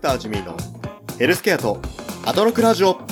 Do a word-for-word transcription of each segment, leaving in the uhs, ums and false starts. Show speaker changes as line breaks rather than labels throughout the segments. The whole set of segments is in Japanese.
タージミーのヘルスケアとアトロクラジオ。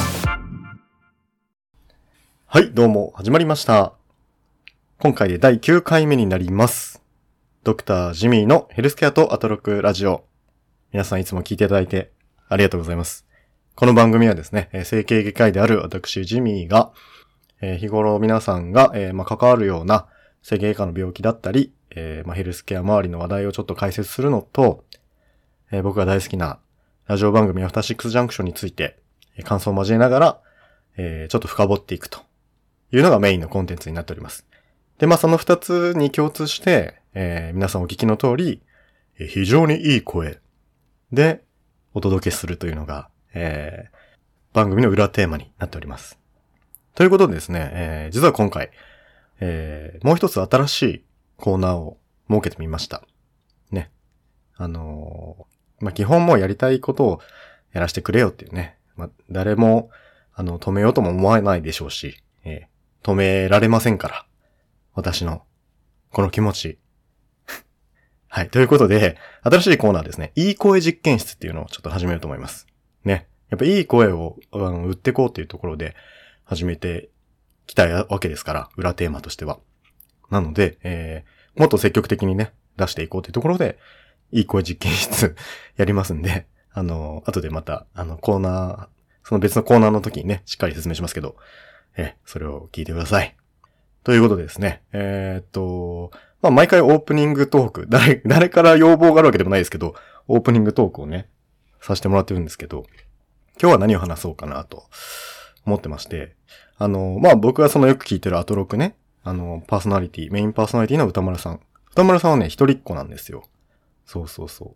はい、どうも始まりました。今回でだいきゅうかいめになります。ドクタージミーのヘルスケアとアトロクラジオ。皆さんいつも聞いていただいてありがとうございます。この番組はですね、整形外科医である私ジミーが、えー、日頃皆さんが、えーまあ、関わるような整形外科の病気だったり、えーまあ、ヘルスケア周りの話題をちょっと解説するのと、えー、僕が大好きなラジオ番組アフターシックスジャンクションについて、えー、感想を交えながら、えー、ちょっと深掘っていくというのがメインのコンテンツになっております。で、まあ、その二つに共通して、えー、皆さんお聞きの通り、えー、非常にいい声でお届けするというのが、えー、番組の裏テーマになっております。ということでですね、えー、実は今回、えー、もう一つ新しいコーナーを設けてみました。ね。あのー、まあ、基本もうやりたいことをやらせてくれよっていうね。まあ、誰も、あの、止めようとも思わないでしょうし、えー、止められませんから。私の、この気持ち。はい。ということで、新しいコーナーですね。いい声実験室っていうのをちょっと始めようと思います。ね。やっぱいい声を、あの、売ってこうっていうところで始めてきたわけですから、裏テーマとしては。なので、えー、もっと積極的にね、出していこうというところで、いい声実験室やりますんで、あの、後でまた、あの、コーナー、その別のコーナーの時にね、しっかり説明しますけど、え、それを聞いてください。ということでですね、えー、っと、まあ、毎回オープニングトーク、誰、誰から要望があるわけでもないですけど、オープニングトークをね、させてもらってるんですけど、今日は何を話そうかなと思ってまして、あの、まあ、僕がそのよく聞いてるアトロクね、あの、パーソナリティ、メインパーソナリティの歌丸さん。歌丸さんはね、一人っ子なんですよ。そうそうそう。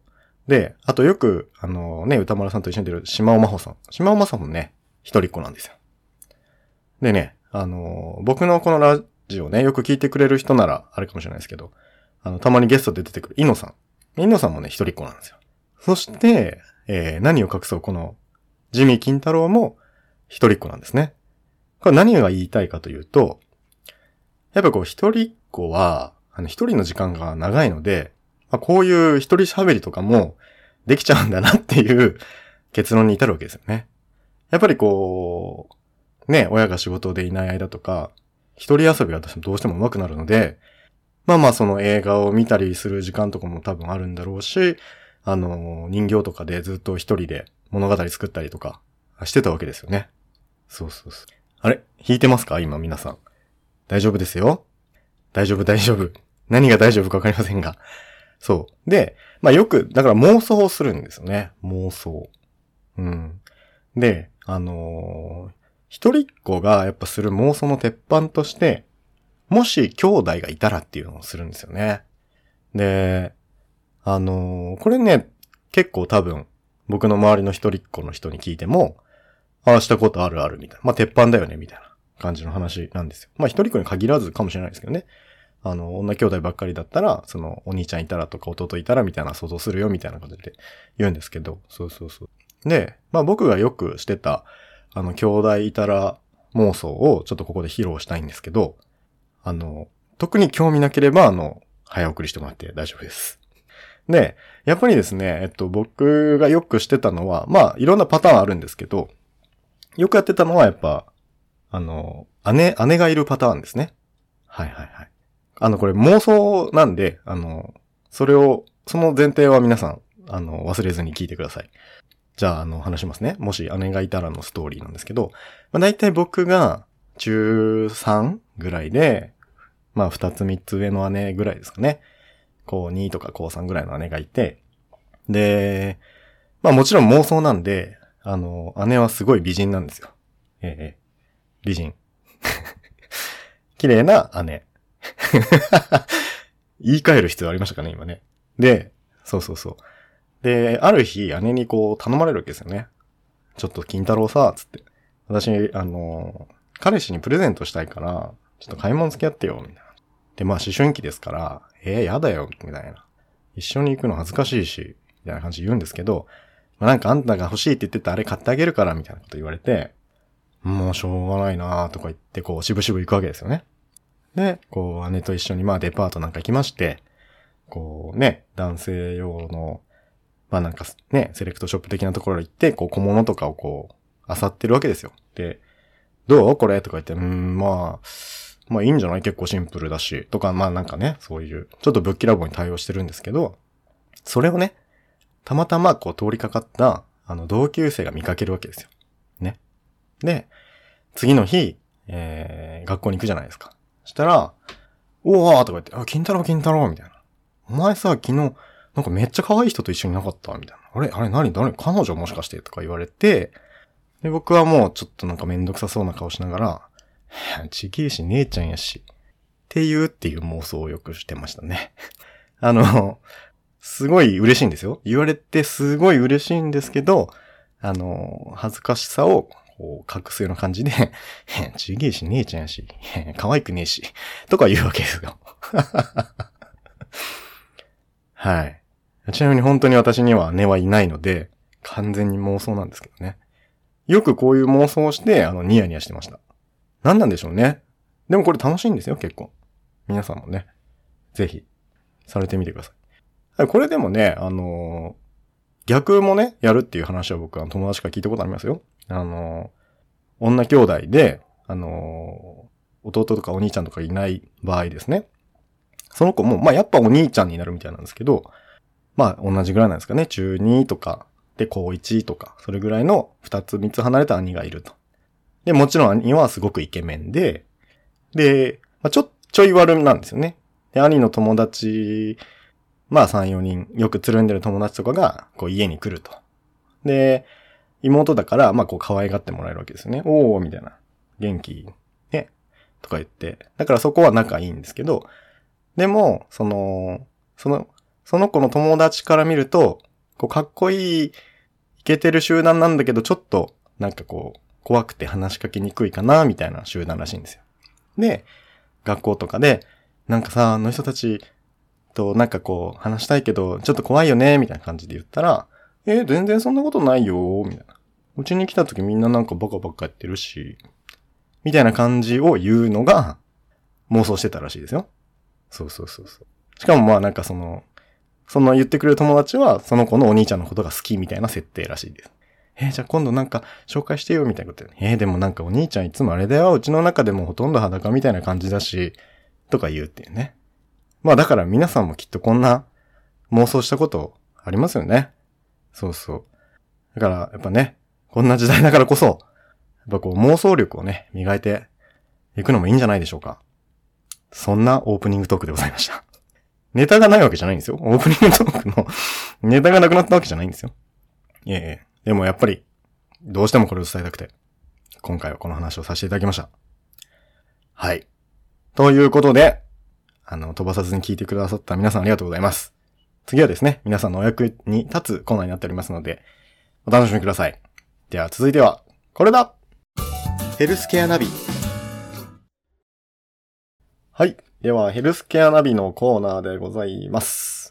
で、あとよく、あのね、歌丸さんと一緒に出る島尾真帆さん。島尾真帆もね、一人っ子なんですよ。でね、あの、僕のこのラジオね、よく聞いてくれる人ならあれかもしれないですけど、あの、たまにゲストで出てくるイノさん。イノさんもね、一人っ子なんですよ。そして、えー、何を隠そう、この、ジミー金太郎も一人っ子なんですね。これ何が言いたいかというと、やっぱこう一人っ子は、あの一人の時間が長いので、まあ、こういう一人喋りとかもできちゃうんだなっていう結論に至るわけですよね。やっぱりこう、ね、親が仕事でいない間とか、一人遊びが私もどうしても上手くなるので、まあまあその映画を見たりする時間とかも多分あるんだろうし、あの、人形とかでずっと一人で物語作ったりとかしてたわけですよね。そうそうそう。あれ？弾いてますか？今皆さん。大丈夫ですよ。大丈夫大丈夫。何が大丈夫かわかりませんが。そう。で、まあよく、だから妄想をするんですよね。妄想。うん。で、あのー、一人っ子がやっぱする妄想の鉄板として、もし兄弟がいたらっていうのをするんですよね。で、あのー、これね、結構多分、僕の周りの一人っ子の人に聞いても、ああ、したことあるあるみたいな。まあ、鉄板だよね、みたいな感じの話なんですよ。まあ、一人っ子に限らずかもしれないですけどね。あの、女兄弟ばっかりだったら、その、お兄ちゃんいたらとか弟いたらみたいな想像するよみたいな感じで言うんですけど、そうそうそう。で、まあ僕がよくしてた、あの、兄弟いたら妄想をちょっとここで披露したいんですけど、あの、特に興味なければ、あの、早送りしてもらって大丈夫です。で、やっぱりですね、えっと、僕がよくしてたのは、まあ、いろんなパターンあるんですけど、よくやってたのはやっぱ、あの、姉、姉がいるパターンですね。はいはいはい。あの、これ妄想なんで、あの、それを、その前提は皆さん、あの、忘れずに聞いてください。じゃあ、あの、話しますね。もし姉がいたらのストーリーなんですけど、まあ、大体僕が中さんぐらいで、まあ、二つ三つ上の姉ぐらいですかね。こうにとかこうさんぐらいの姉がいて、で、まあもちろん妄想なんで、あの、姉はすごい美人なんですよ。ええ、美人。綺麗な姉。言い換える必要ありましたかね、今ね。で、そうそうそう。で、ある日、姉にこう頼まれるわけですよね。ちょっと金太郎さ、つって。私、あの、彼氏にプレゼントしたいから、ちょっと買い物付き合ってよ、みたいな。で、まあ思春期ですから、えー、やだよ、みたいな。一緒に行くの恥ずかしいし、みたいな感じで言うんですけど、まあ、なんかあんたが欲しいって言ってたあれ買ってあげるから、みたいなこと言われて、もうしょうがないなとか言って、こう、しぶしぶ行くわけですよね。で、こう、姉と一緒にまあデパートなんか行きまして、こうね、男性用の、 まあなんかね、セレクトショップ的なところに行って、こう小物とかをこう、漁ってるわけですよ。で、どうこれとか言って、うーん、まあ、まあいいんじゃない結構シンプルだし。とか、まあなんかね、そういう、ちょっとぶっきらぼうに対応してるんですけど、それをね、たまたまこう通りかかった、あの、同級生が見かけるわけですよ。ね。で、次の日、えー、学校に行くじゃないですか。そしたら、おーとか言って、あ、金太郎金太郎みたいな。お前さ、昨日、なんかめっちゃ可愛い人と一緒にいなかったみたいな。あれあれ何誰彼女もしかしてとか言われて、で、僕はもうちょっとなんかめんどくさそうな顔しながら、ちげえし姉ちゃんやし、っていうっていう妄想をよくしてましたね。あの、すごい嬉しいんですよ。言われてすごい嬉しいんですけど、あの、恥ずかしさをこう隠すような感じで、ちげえし姉ちゃんやし、可愛くねえし、とか言うわけですよ。はい。ちなみに本当に私には姉はいないので、完全に妄想なんですけどね。よくこういう妄想をして、あの、ニヤニヤしてました。何なんでしょうね。でもこれ楽しいんですよ、結構。皆さんもね、ぜひ、されてみてください。これでもね、あのー、逆もね、やるっていう話は僕は友達から聞いたことありますよ。あのー、女兄弟で、あのー、弟とかお兄ちゃんとかいない場合ですね。その子も、まあ、やっぱお兄ちゃんになるみたいなんですけど、まあ、同じぐらいなんですかね。中にとか、で、高いちとか、それぐらいのふたつみっつ離れた兄がいると。で、もちろん兄はすごくイケメンで、で、まあ、ちょ、ちょい悪なんですよね。で、兄の友達、まあさん、よにん、よくつるんでる友達とかが、こう家に来ると。で、妹だから、まあこう可愛がってもらえるわけですよね。おー、みたいな。元気、ね。とか言って。だからそこは仲いいんですけど、でも、その、その、その子の友達から見ると、こうかっこいい、イケてる集団なんだけど、ちょっと、なんかこう、怖くて話しかけにくいかな、みたいな集団らしいんですよ。で、学校とかで、なんかさ、あの人たちとなんかこう話したいけど、ちょっと怖いよね、みたいな感じで言ったら、えー、全然そんなことないよ、みたいな。うちに来た時みんななんかバカバカやってるし、みたいな感じを言うのが妄想してたらしいですよ。そうそうそうそう。しかもまあなんかその、その言ってくれる友達はその子のお兄ちゃんのことが好きみたいな設定らしいです。えー、じゃあ今度なんか紹介してよみたいなことで。えー、でもなんかお兄ちゃんいつもあれだよ。うちの中でもほとんど裸みたいな感じだし、とか言うっていうね。まあだから皆さんもきっとこんな妄想したことありますよね。そうそう。だからやっぱね、こんな時代だからこそ、やっぱこう妄想力をね、磨いていくのもいいんじゃないでしょうか。そんなオープニングトークでございました。ネタがないわけじゃないんですよ。オープニングトークのネタがなくなったわけじゃないんですよ。いえいえ。でもやっぱり、どうしてもこれを伝えたくて、今回はこの話をさせていただきました。はい。ということで、あの、飛ばさずに聞いてくださった皆さんありがとうございます。次はですね、皆さんのお役に立つコーナーになっておりますので、お楽しみください。では続いては、これだ！ヘルスケアナビ。はい。では、ヘルスケアナビのコーナーでございます。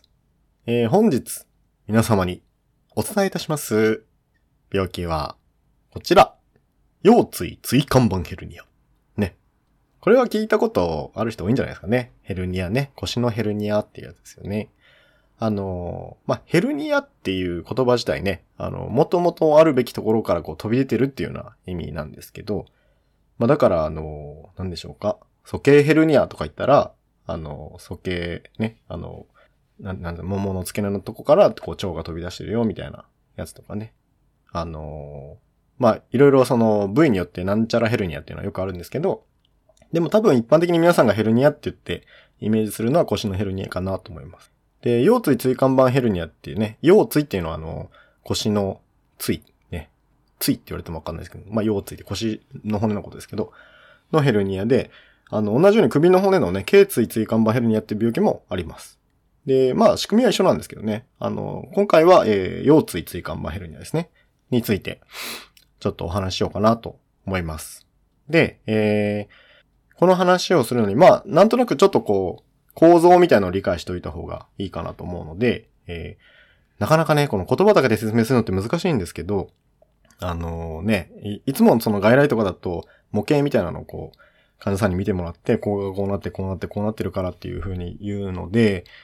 えー、本日、皆様にお伝えいたします病気は、こちら。腰椎椎間板ヘルニア。ね。これは聞いたことある人多いんじゃないですかね。ヘルニアね。腰のヘルニアっていうやつですよね。あの、まあ、ヘルニアっていう言葉自体ね、あの、もともとあるべきところからこう飛び出てるっていうような意味なんですけど、まあ、だから、あの、なんでしょうか。鼠径ヘルニアとか言ったら、あの、鼠径ね、あの、な、なんだ、桃の付け根のとこから、こう、腸が飛び出してるよ、みたいなやつとかね。あの、まあ、いろいろその部位によってなんちゃらヘルニアっていうのはよくあるんですけど、でも多分一般的に皆さんがヘルニアって言ってイメージするのは腰のヘルニアかなと思います。で、腰椎椎間板ヘルニアっていうね、腰椎っていうのはあの、腰の椎、ね、椎って言われてもわかんないですけど、まあ、腰椎って腰の骨のことですけど、のヘルニアで、あの、同じように首の骨のね、頸椎椎間板ヘルニアっていう病気もあります。で、まあ、仕組みは一緒なんですけどね。あの、今回は、えー、腰椎椎間板ヘルニアですね。について、ちょっとお話ししようかなと思います。で、えー、この話をするのに、まあ、なんとなくちょっとこう、構造みたいなのを理解しておいた方がいいかなと思うので、えー、なかなかね、この言葉だけで説明するのって難しいんですけど、あのー、ねい、いつもその外来とかだと、模型みたいなのをこう、患者さんに見てもらって、こうがこうなって、こうなって、こうなってるからっていう風に言うので、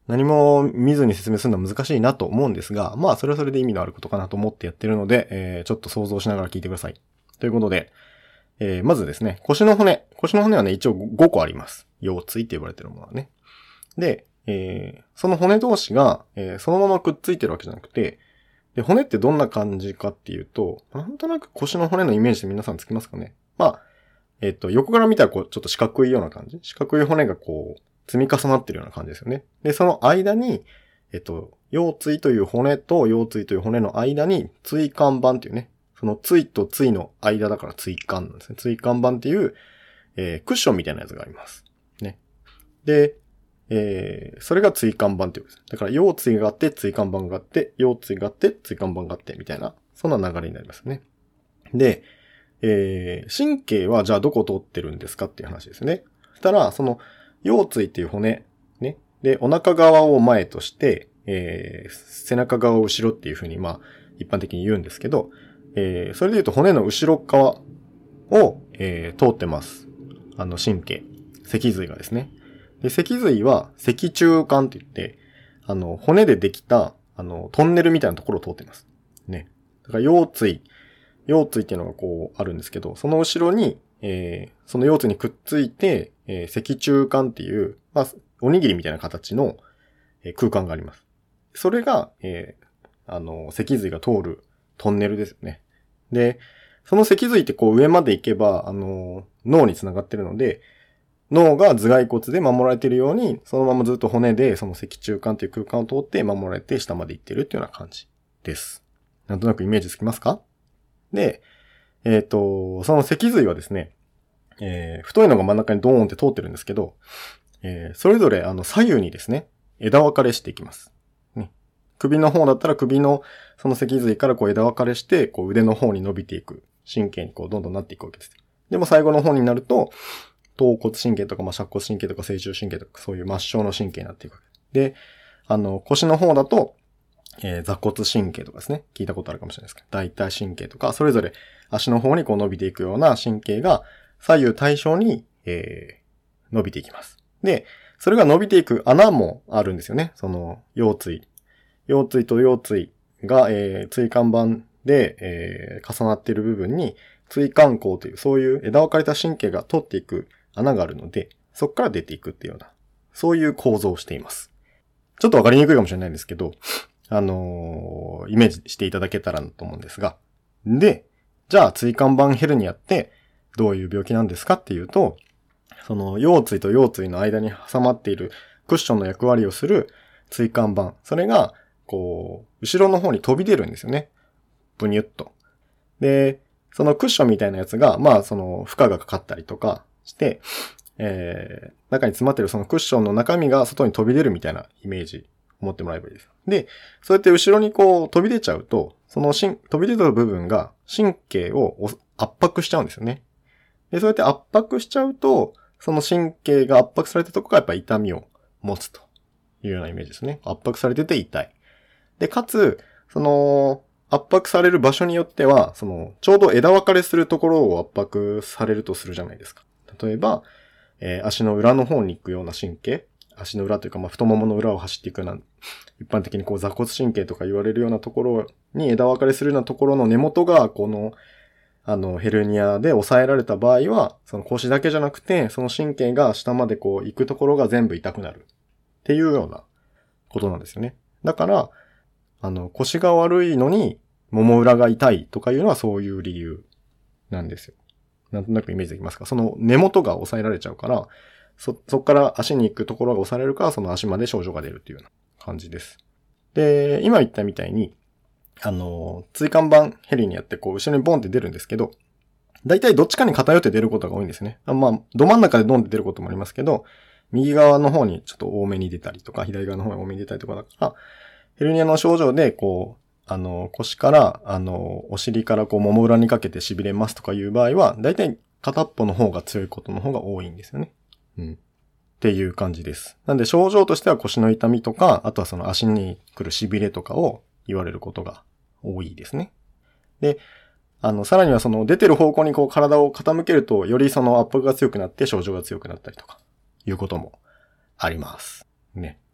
何も見ずに説明するのは難しいなと思うんですが、まあそれはそれで意味のあることかなと思ってやってるので、えー、ちょっと想像しながら聞いてください。ということで、えー、まずですね、腰の骨。腰の骨はね、一応ごこあります。腰椎って呼ばれてるものはね。で、えー、その骨同士が、えー、そのままくっついてるわけじゃなくて、で、骨ってどんな感じかっていうと、なんとなく腰の骨のイメージで皆さんつきますかね。まあ、えっと、横から見たらこう、ちょっと四角いような感じ。四角い骨がこう、積み重なってるような感じですよね。で、その間に、えっと、腰椎という骨と腰椎という骨の間に、椎間板っていうね、その椎と椎の間だから椎間なんですね。椎間板っていう、えー、クッションみたいなやつがあります。ね。で、えー、それが椎間板っていうことです。だから腰椎があって、椎間板があって、腰椎があって、椎間板があって、みたいな、そんな流れになりますね。で、えー、神経はじゃあどこ通ってるんですかっていう話ですね。そしたら、その、腰椎っていう骨、ね。で、お腹側を前として、えー、背中側を後ろっていう風に、まあ、一般的に言うんですけど、えー、それで言うと骨の後ろ側を、えー、通ってます。あの、神経。脊髄がですね。で、脊髄は脊柱管って言って、あの、骨でできた、あの、トンネルみたいなところを通っています。ね。だから腰椎、腰椎っていうのがこうあるんですけど、その後ろに、えー、その腰椎にくっついて、えー、脊柱管っていう、まあ、おにぎりみたいな形の、えー、空間があります。それが、えー、あの、脊髄が通るトンネルですよね。で、その脊髄ってこう上まで行けば、あの、脳につながってるので、脳が頭蓋骨で守られているように、そのままずっと骨でその脊柱管という空間を通って守られて下まで行ってるっていうような感じです。なんとなくイメージつきますか？で、えっと、その脊髄はですね、えー、太いのが真ん中にドーンって通ってるんですけど、えー、それぞれあの左右にですね、枝分かれしていきます。ね、首の方だったら首のその脊髄からこう枝分かれして、こう腕の方に伸びていく神経にこうどんどんなっていくわけです。でも最後の方になると、頭骨神経とか、まあ、尺骨神経とか、正中神経とか、そういう末梢の神経になっていくわけで。で、あの、腰の方だと、えー、座骨神経とかですね。聞いたことあるかもしれないですけど、大腿神経とか、それぞれ足の方にこう伸びていくような神経が左右対称に、えー、伸びていきます。で、それが伸びていく穴もあるんですよね。その、腰椎。腰椎と腰椎が、えー、椎間板で、えー、重なっている部分に、椎間孔という、そういう枝分かれた神経が通っていく穴があるので、そこから出ていくっていうような、そういう構造をしています。ちょっとわかりにくいかもしれないんですけど、あのー、イメージしていただけたらと思うんですが。で、じゃあ椎間板ヘルニアってどういう病気なんですかっていうと、その腰椎と腰椎の間に挟まっているクッションの役割をする椎間板。それが、こう、後ろの方に飛び出るんですよね。ブニュッと。で、そのクッションみたいなやつが、まあ、その負荷がかかったりとかして、えー、中に詰まってるそのクッションの中身が外に飛び出るみたいなイメージを持ってもらえばいいです。で、そうやって後ろにこう飛び出ちゃうと、そのしん飛び出た部分が神経を圧迫しちゃうんですよね。で、そうやって圧迫しちゃうと、その神経が圧迫されたところがやっぱ痛みを持つというようなイメージですね。圧迫されてて痛い。で、かつ、その、圧迫される場所によっては、その、ちょうど枝分かれするところを圧迫されるとするじゃないですか。例えば、えー、足の裏の方に行くような神経、足の裏というか、まあ、太ももの裏を走っていくような、一般的にこう座骨神経とか言われるようなところに枝分かれするようなところの根元が、この、あの、ヘルニアで抑えられた場合は、その腰だけじゃなくて、その神経が下までこう行くところが全部痛くなる。っていうようなことなんですよね。だから、あの、腰が悪いのに、もも裏が痛いとかいうのはそういう理由なんですよ。なんとなくイメージできますか？その根元が抑えられちゃうから、そ、そっから足に行くところが抑えられるから、その足まで症状が出るっていうような感じです。で、今言ったみたいに、あの、椎間板ヘルニアってこう、後ろにボンって出るんですけど、だいたいどっちかに偏って出ることが多いんですね。あまあ、ど真ん中でドンって出ることもありますけど、右側の方にちょっと多めに出たりとか、左側の方に多めに出たりとかだから、ヘルニアの症状で、こう、あの、腰から、あの、お尻からこう、もも裏にかけて痺れますとかいう場合は、だいたい片っぽの方が強いことの方が多いんですよね。うん。っていう感じです。なんで症状としては腰の痛みとか、あとはその足に来る痺れとかを言われることが多いですね。で、あの、さらにはその出てる方向にこう体を傾けると、よりその圧迫が強くなって症状が強くなったりとか、いうこともあります。ね。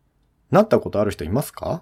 なったことある人いますか？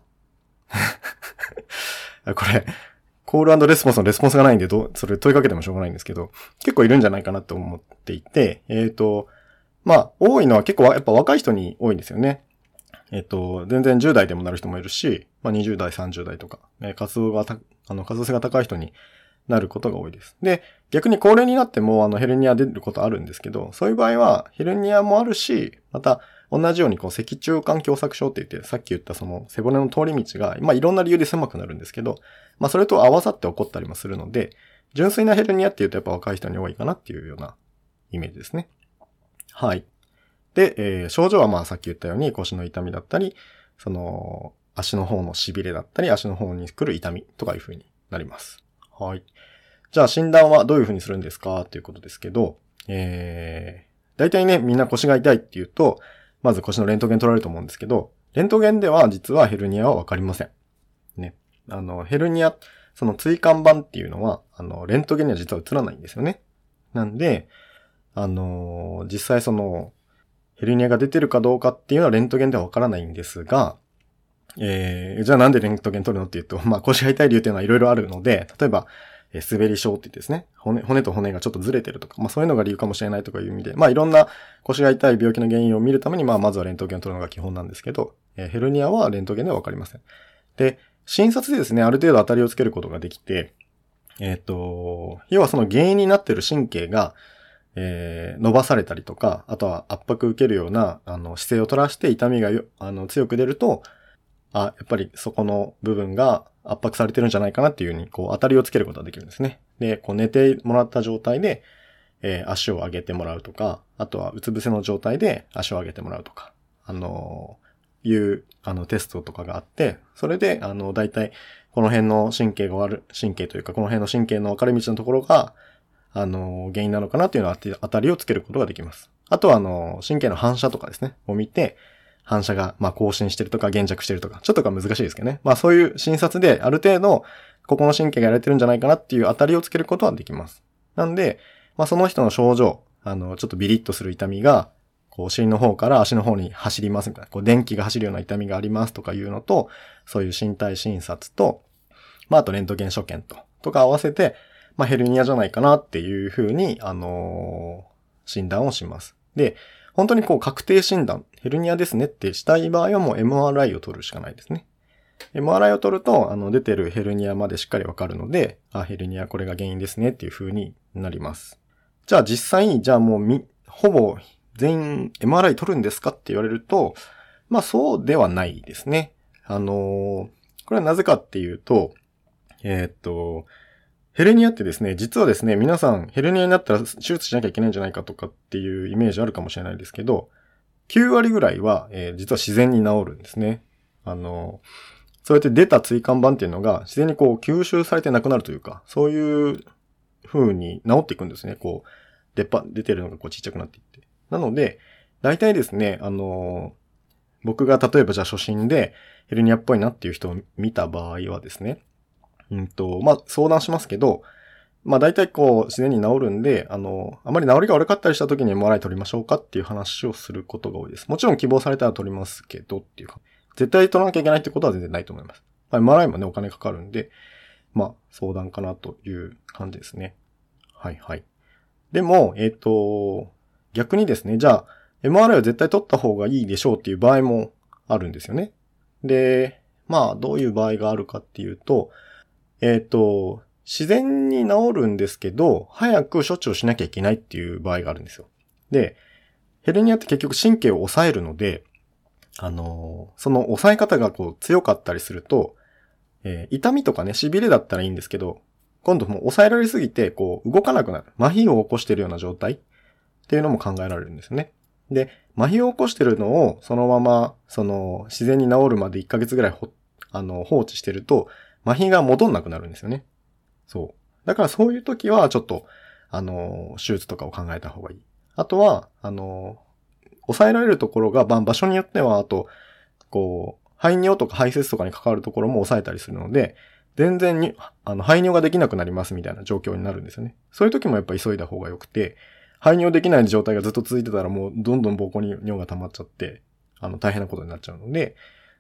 これ、コール&レスポンスのレスポンスがないんで、どう、それ問いかけてもしょうがないんですけど、結構いるんじゃないかなと思っていて、えっと、まあ、多いのは結構やっぱ若い人に多いんですよね。えっと、全然じゅう代でもなる人もいるし、まあにじゅう代、さんじゅう代とか、えー、活動がた、あの、活動性が高い人になることが多いです。で、逆に高齢になっても、あの、ヘルニア出ることあるんですけど、そういう場合は、ヘルニアもあるし、また、同じように、こう、脊柱管狭窄症って言って、さっき言ったその、背骨の通り道が、まあ、いろんな理由で狭くなるんですけど、まあ、それと合わさって起こったりもするので、純粋なヘルニアって言うとやっぱ若い人に多いかなっていうようなイメージですね。はい。で、えー、症状はまあさっき言ったように腰の痛みだったり、その、足の方の痺れだったり、足の方に来る痛みとかいう風になります。はい。じゃあ診断はどういう風にするんですかっていうことですけど、えー、大体ね、みんな腰が痛いっていうと、まず腰のレントゲン取られると思うんですけど、レントゲンでは実はヘルニアはわかりません。ね。あの、ヘルニア、その椎間板っていうのは、あの、レントゲンには実は映らないんですよね。なんで、あのー、実際その、ヘルニアが出てるかどうかっていうのはレントゲンではわからないんですが、えー、じゃあなんでレントゲン取るのっていうと、まあ腰が痛い理由っていうのはいろいろあるので、例えば、えー、滑り症って言ってですね、骨、骨と骨がちょっとずれてるとか、まあそういうのが理由かもしれないとかいう意味で、まあいろんな腰が痛い病気の原因を見るために、まあまずはレントゲンを取るのが基本なんですけど、えー、ヘルニアはレントゲンではわかりません。で、診察でですね、ある程度当たりをつけることができて、えっと、要はその原因になっている神経が、えー、伸ばされたりとか、あとは圧迫受けるような、あの、姿勢を取らして痛みがよ、あの、強く出ると、あ、やっぱりそこの部分が圧迫されてるんじゃないかなっていう風に、こう、当たりをつけることができるんですね。で、こう、寝てもらった状態で、えー、足を上げてもらうとか、あとは、うつ伏せの状態で足を上げてもらうとか、あのー、いう、あの、テストとかがあって、それで、あの、大体、この辺の神経が悪い、神経というか、この辺の神経の分かれ道のところが、あの、原因なのかなっていうのは当たりをつけることができます。あとは、あの、神経の反射とかですね、を見て、反射が、まあ、更新してるとか、減弱してるとか、ちょっとが難しいですけどね。まあ、そういう診察で、ある程度、ここの神経がやられてるんじゃないかなっていう当たりをつけることはできます。なんで、まあ、その人の症状、あの、ちょっとビリッとする痛みが、こう、お尻の方から足の方に走りますみたいな、こう、電気が走るような痛みがありますとかいうのと、そういう身体診察と、まあ、あとレントゲン所見と、とか合わせて、まあ、ヘルニアじゃないかなっていうふうに、あのー、診断をします。で、本当にこう確定診断、ヘルニアですねってしたい場合はもう エムアールアイ を取るしかないですね。エムアールアイ を取ると、あの、出てるヘルニアまでしっかりわかるので、あ、ヘルニアこれが原因ですねっていうふうになります。じゃあ実際、じゃあもうみ、ほぼ全員 エムアールアイ 取るんですかって言われると、まあそうではないですね。あのー、これはなぜかっていうと、えー、っと、ヘルニアってですね、実はですね、皆さんヘルニアになったら手術しなきゃいけないんじゃないかとかっていうイメージあるかもしれないですけど、きゅう割ぐらいは、えー、実は自然に治るんですね。あの、そうやって出た椎間板っていうのが自然にこう吸収されてなくなるというか、そういう風に治っていくんですね。こう、出っ歯、出てるのがこうちっちゃくなっていって。なので、大体ですね、あの、僕が例えばじゃあ初診でヘルニアっぽいなっていう人を見た場合はですね、うんと、まあ、相談しますけど、まあ、大体こう、自然に治るんで、あの、あまり治りが悪かったりした時にエムアールアイ取りましょうかっていう話をすることが多いです。もちろん希望されたら取りますけどっていうか、絶対取らなきゃいけないってことは全然ないと思います。まあ、エムアールアイもね、お金かかるんで、まあ、相談かなという感じですね。はいはい。でも、えっと、逆にですね、じゃあ、エムアールアイ は絶対取った方がいいでしょうっていう場合もあるんですよね。で、まあ、どういう場合があるかっていうと、えっと、自然に治るんですけど、早く処置をしなきゃいけないっていう場合があるんですよ。で、ヘルニアって結局神経を抑えるので、あの、その抑え方がこう強かったりすると、えー、痛みとかね、痺れだったらいいんですけど、今度もう抑えられすぎて、こう動かなくなる。麻痺を起こしているような状態っていうのも考えられるんですよね。で、麻痺を起こしているのをそのまま、その自然に治るまでいっかげつぐらいほ、あの、放置してると、麻痺が戻んなくなるんですよね。そう。だからそういう時はちょっと、あの、手術とかを考えた方がいい。あとは、あの、抑えられるところが、場所によっては、あと、こう、排尿とか排泄とかに関わるところも抑えたりするので、全然に、あの、排尿ができなくなりますみたいな状況になるんですよね。そういう時もやっぱ急いだ方が良くて、排尿できない状態がずっと続いてたらもうどんどん膀胱に尿が溜まっちゃって、あの、大変なことになっちゃうので、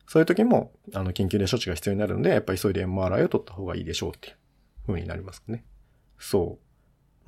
そういう時も、あの、緊急で処置が必要になるので、やっぱり急いで エムアールアイ を取った方がいいでしょうっていう風になりますね。そう。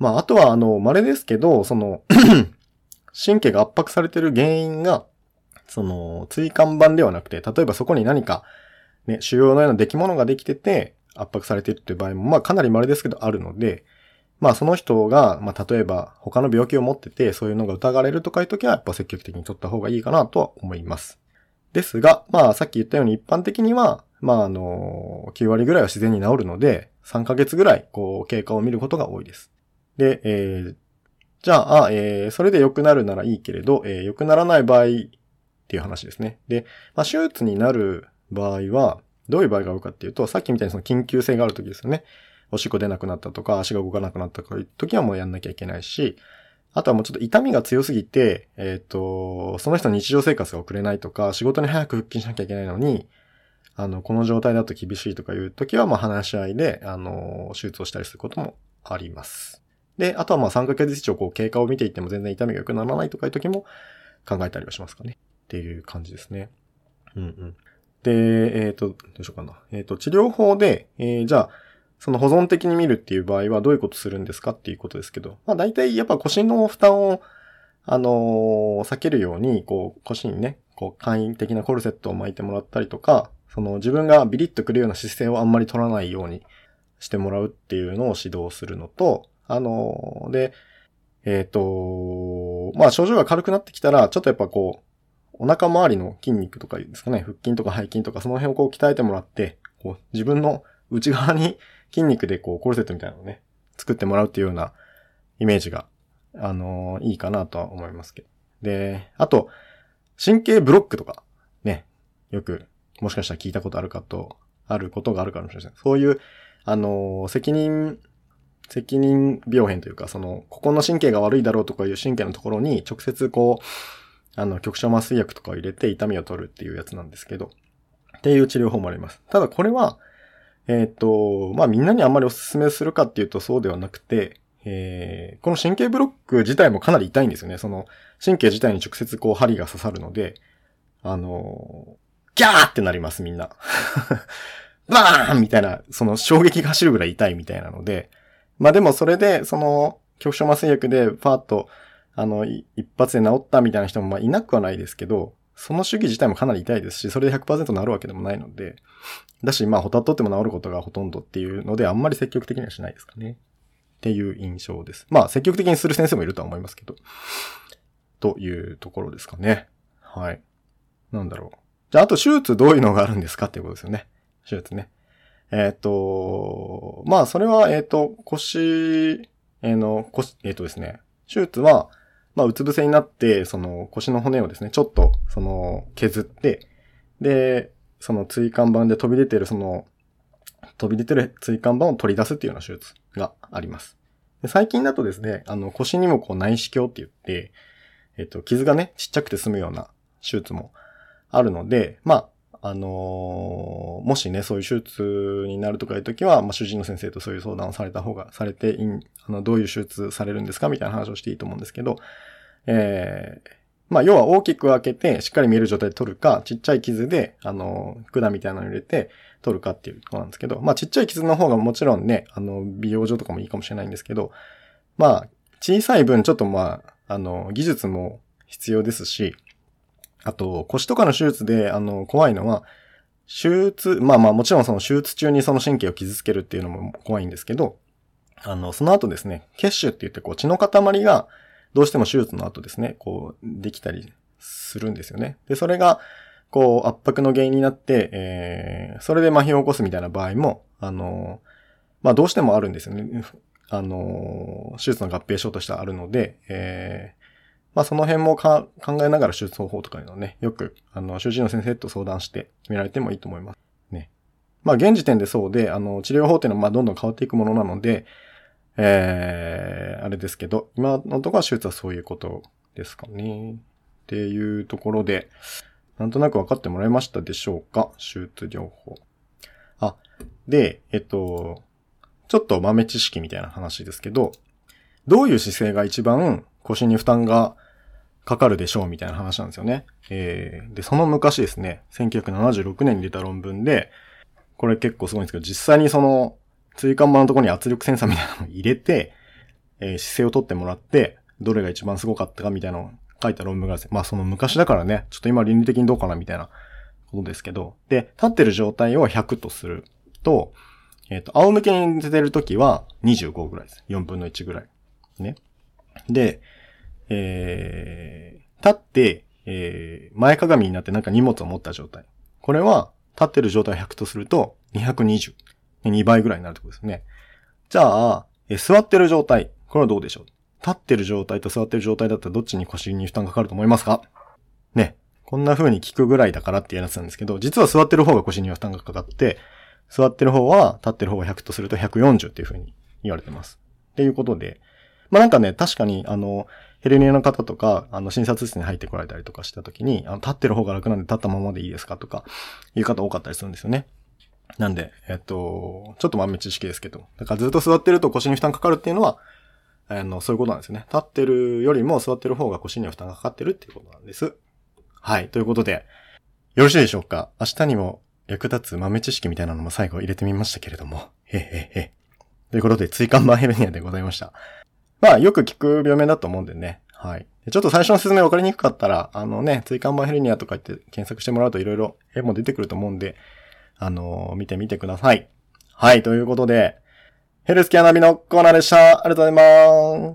まあ、あとは、あの、稀ですけど、その、神経が圧迫されてる原因が、その、椎間板ではなくて、例えばそこに何か、ね、腫瘍のような出来物ができてて、圧迫されているっていう場合も、まあ、かなり稀ですけど、あるので、まあ、その人が、まあ、例えば、他の病気を持ってて、そういうのが疑われるとかいう時は、やっぱ積極的に取った方がいいかなとは思います。ですが、まあ、さっき言ったように一般的には、まあ、あの、きゅう割ぐらいは自然に治るので、さんかげつぐらい、こう、経過を見ることが多いです。で、えー、じゃあ、えー、それで良くなるならいいけれど、えー、良くならない場合っていう話ですね。で、まあ、手術になる場合は、どういう場合が多いかっていうと、さっきみたいにその緊急性がある時ですよね。おしっこ出なくなったとか、足が動かなくなったとかいう時はもうやんなきゃいけないし、あとはもうちょっと痛みが強すぎて、えっと、その人の日常生活が送れないとか、仕事に早く復帰しなきゃいけないのに、あの、この状態だと厳しいとかいう時は、まあ話し合いで、あの、手術をしたりすることもあります。で、あとはまあさんかげつ以上こう経過を見ていっても全然痛みが良くならないとかいう時も考えたりはしますかね。っていう感じですね。うんうん。で、えっと、どうしようかな。えっと、治療法で、えー、じゃあ、その保存的に見るっていう場合はどういうことするんですかっていうことですけど、まあ大体やっぱ腰の負担を、あのー、避けるように、こう腰にね、こう簡易的なコルセットを巻いてもらったりとか、その自分がビリッとくるような姿勢をあんまり取らないようにしてもらうっていうのを指導するのと、あのー、で、えっと、まあ症状が軽くなってきたら、ちょっとやっぱこう、お腹周りの筋肉とかですかね、腹筋とか背筋とかその辺をこう鍛えてもらって、こう自分の内側に筋肉でこうコルセットみたいなのをね、作ってもらうっていうようなイメージが、あのー、いいかなとは思いますけど。で、あと、神経ブロックとか、ね、よく、もしかしたら聞いたことあるかと、あることがあるかもしれない。そういう、あのー、責任、責任病変というか、その、ここの神経が悪いだろうとかいう神経のところに直接こう、あの、局所麻酔薬とかを入れて痛みを取るっていうやつなんですけど、っていう治療法もあります。ただこれは、えっと、まあ、みんなにあんまりお勧めするかっていうとそうではなくて、えー、この神経ブロック自体もかなり痛いんですよね。その、神経自体に直接こう針が刺さるので、あの、ギャーってなります、みんな。バーンみたいな、その衝撃が走るぐらい痛いみたいなので、まあでもそれで、その、局所麻酔薬でパーッと、あの、一発で治ったみたいな人もまあいなくはないですけど、その手技自体もかなり痛いですし、それで ひゃくパーセント 治るわけでもないので、だし、まあ、ほたっとっても治ることがほとんどっていうので、あんまり積極的にはしないですかね。っていう印象です。まあ、積極的にする先生もいるとは思いますけど。というところですかね。はい。なんだろう。じゃあ、あと手術どういうのがあるんですかっていうことですよね。手術ね。えっと、まあ、それは、えっと、腰、えー、の、腰、えっとですね。手術は、まあ、うつ伏せになって、その腰の骨をですね、ちょっと、その、削って、で、その椎間板で飛び出てるその、飛び出てる椎間板を取り出すっていうような手術があります。で最近だとですね、あの腰にもこう内視鏡って言って、えっと、傷がね、ちっちゃくて済むような手術もあるので、まあ、あのー、もしね、そういう手術になるとかいうときは、まあ、主治医の先生とそういう相談をされた方が、されていい、あの、どういう手術されるんですかみたいな話をしていいと思うんですけど、えー、まあ、要は大きく開けて、しっかり見える状態で取るか、ちっちゃい傷で、あの、管みたいなのを入れて取るかっていうところなんですけど、まあ、ちっちゃい傷の方がもちろんね、あの、美容上とかもいいかもしれないんですけど、まあ、小さい分ちょっとまあ、あの、技術も必要ですし、あと、腰とかの手術で、あの、怖いのは、手術、まあまあもちろんその手術中にその神経を傷つけるっていうのも怖いんですけど、あの、その後ですね、血腫って言ってこう血の塊が、どうしても手術の後ですね、こう、できたりするんですよね。で、それが、こう、圧迫の原因になって、えー、それで麻痺を起こすみたいな場合も、あの、まあ、どうしてもあるんですよね。あの、手術の合併症としてはあるので、えー、まあ、その辺もか考えながら手術方法とかいうのをね、よく、あの、主治医の先生と相談して決められてもいいと思います。ね。まあ、現時点でそうで、あの、治療法っていうのは、まあ、どんどん変わっていくものなので、えー、あれですけど、今のところは手術はそういうことですかね。っていうところで、なんとなく分かってもらえましたでしょうか？手術療法。あ、で、えっと、ちょっと豆知識みたいな話ですけど、どういう姿勢が一番腰に負担がかかるでしょうみたいな話なんですよね。えー、で、その昔ですね、せんきゅうひゃくななじゅうろくねんに出た論文で、これ結構すごいんですけど、実際にその、椎間板のところに圧力センサーみたいなのを入れて、えー、姿勢をとってもらって、どれが一番すごかったかみたいなのを書いた論文がですね、まあその昔だからね、ちょっと今倫理的にどうかなみたいなことですけど、で、立ってる状態をひゃくとすると、えっと、仰向けに寝てるときはにじゅうごぐらいです。よんぶんのいちぐらい。ね。で、えー、立って、えー、前かがみになってなんか荷物を持った状態。これは、立ってる状態をひゃくとすると、にひゃくにじゅう。にばいぐらいになるってことですね。じゃあ、えー、座ってる状態。これはどうでしょう？立ってる状態と座ってる状態だったらどっちに腰に負担がかかると思いますか？ね。こんな風に聞くぐらいだからっていうやつなんですけど、実は座ってる方が腰には負担がかかって、座ってる方は、立ってる方がひゃくとするとひゃくよんじゅうっていう風に言われてます。っていうことで、まあなんかね、確かに、あの、ヘルニアの方とか、あの、診察室に入ってこられたりとかしたときに、あの、立ってる方が楽なんで立ったままでいいですかとか、いう方多かったりするんですよね。なんで、えっと、ちょっと豆知識ですけど、だからずっと座ってると腰に負担かかるっていうのは、あの、そういうことなんですよね。立ってるよりも座ってる方が腰には負担がかかってるっていうことなんです。はい、ということで、よろしいでしょうか？明日にも役立つ豆知識みたいなのも最後入れてみましたけれども、へへへ。ということで、椎間板ヘルニアでございました。まあ、よく聞く病名だと思うんでね。はい。ちょっと最初の説明分かりにくかったら、あのね、椎間板ヘルニアとか言って検索してもらうといろいろ絵も出てくると思うんで、あのー、見てみてください。はい、ということで、ヘルスケアナビのコーナーでした。ありがとうございます。